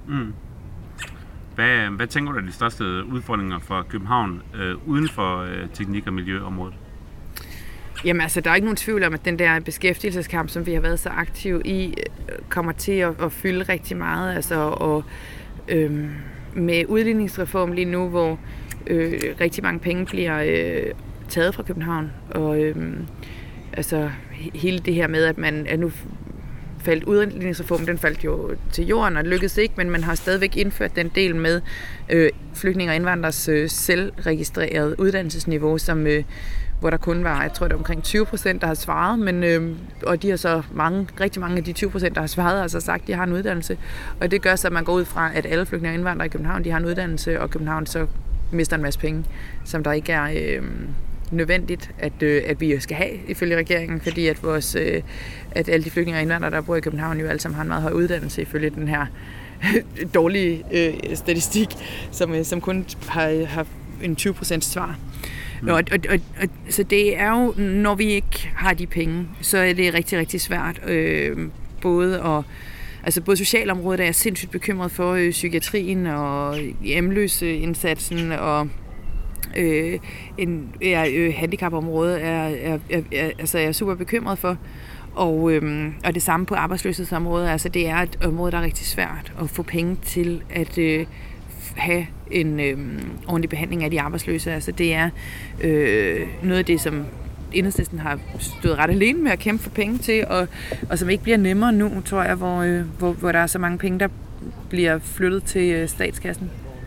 [SPEAKER 1] Hvad tænker du er de største udfordringer for København uden for teknik- og miljøområdet?
[SPEAKER 2] Jamen altså, der er ikke nogen tvivl om, at den der beskæftigelseskamp, som vi har været så aktiv i, kommer til at fylde rigtig meget. Altså, og med udligningsreform lige nu, hvor rigtig mange penge bliver taget fra København, og altså hele det her med, at man er nu faldt udligningsreformen, den faldt jo til jorden, og det lykkedes ikke, men man har stadigvæk indført den del med flygtninge og indvandrers selvregistrerede uddannelsesniveau, som hvor der kun var, jeg tror det er omkring 20%, der har svaret, men og de har så rigtig mange af de 20%, der har svaret, altså sagt, at de har en uddannelse, og det gør så, at man går ud fra, at alle flygtninge og indvandrere i København, de har en uddannelse, og København så mister en masse penge, som der ikke er nødvendigt, at vi skal have ifølge regeringen, fordi at alle de flygtninge og indvandrere, der bor i København, jo alle sammen har en meget høj uddannelse ifølge den her dårlig statistik, som kun har en 20% svar. Så det er jo, når vi ikke har de penge, så er det rigtig, rigtig svært. Både socialområdet er jeg sindssygt bekymret for, psykiatrien og hjemløseindsatsen og handicapområdet er jeg super bekymret for. Og det samme på arbejdsløshedsområdet. Altså det er et område, der er rigtig svært at få penge til at have en ordentlig behandling af de arbejdsløse. Altså det er noget af det, som Enhedslisten har stået ret alene med at kæmpe for penge til, og som ikke bliver nemmere nu, tror jeg, hvor der er så mange penge, der bliver flyttet til statskassen.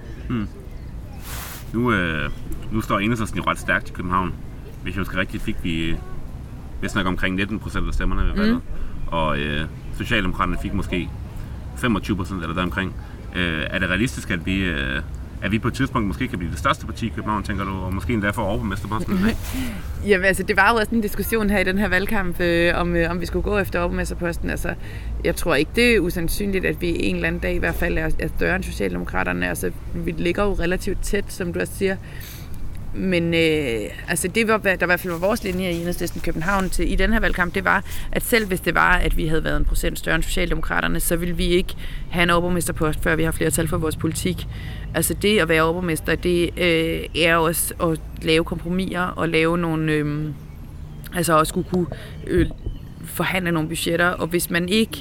[SPEAKER 1] Nu står Enhedslisten jo ret stærkt i København. Hvis jeg husker rigtigt, fik vi snakker omkring 19% af stemmerne ved valget. Og Socialdemokraterne fik måske 25% eller deromkring. Er det realistisk, at vi på et tidspunkt måske kan blive det største parti i København, tænker du, og måske endda få overborgmesterposten?
[SPEAKER 2] Jamen altså, det var jo også en diskussion her i den her valgkamp, om vi skulle gå efter overborgmesterposten. Altså, jeg tror ikke, det er usandsynligt, at vi en eller anden dag i hvert fald er større end Socialdemokraterne. Altså, vi ligger jo relativt tæt, som du også siger. Men det var, der i hvert fald var vores linje i Enhedslisten København i den her valgkamp, det var, at selv hvis det var, at vi havde været 1% større end Socialdemokraterne, så ville vi ikke have en overborgmesterpost, før vi har flertal for vores politik. Altså det at være overborgmester, det er også at lave kompromiser og lave nogle, også skulle kunne forhandle nogle budgetter, og hvis man ikke,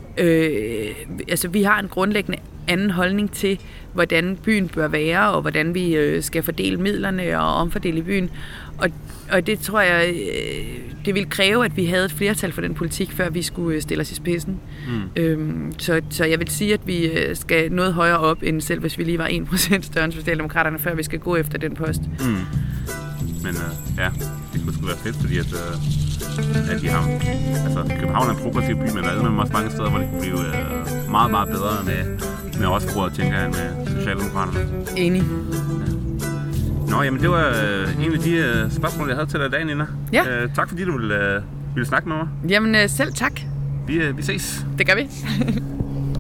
[SPEAKER 2] vi har en grundlæggende anden holdning til, hvordan byen bør være, og hvordan vi skal fordele midlerne og omfordele byen. Og det tror jeg, det ville kræve, at vi havde et flertal for den politik, før vi skulle stille os i spidsen. Så jeg vil sige, at vi skal noget højere op, end selv hvis vi lige var 1% større end Socialdemokraterne, før vi skal gå efter den post.
[SPEAKER 1] Men det kunne være fedt, fordi at de har, København er en progressiv by, men der er også mange steder, hvor det kunne blive meget, meget bedre med Rosbro, tænker jeg, med Socialdemokraterne.
[SPEAKER 2] Enig.
[SPEAKER 1] Nå, jamen det var en af de spørgsmål, jeg havde til dig i dag, Nina.
[SPEAKER 2] Ja.
[SPEAKER 1] Tak fordi du ville snakke med mig.
[SPEAKER 2] Jamen selv tak.
[SPEAKER 1] Vi ses.
[SPEAKER 2] Det gør vi.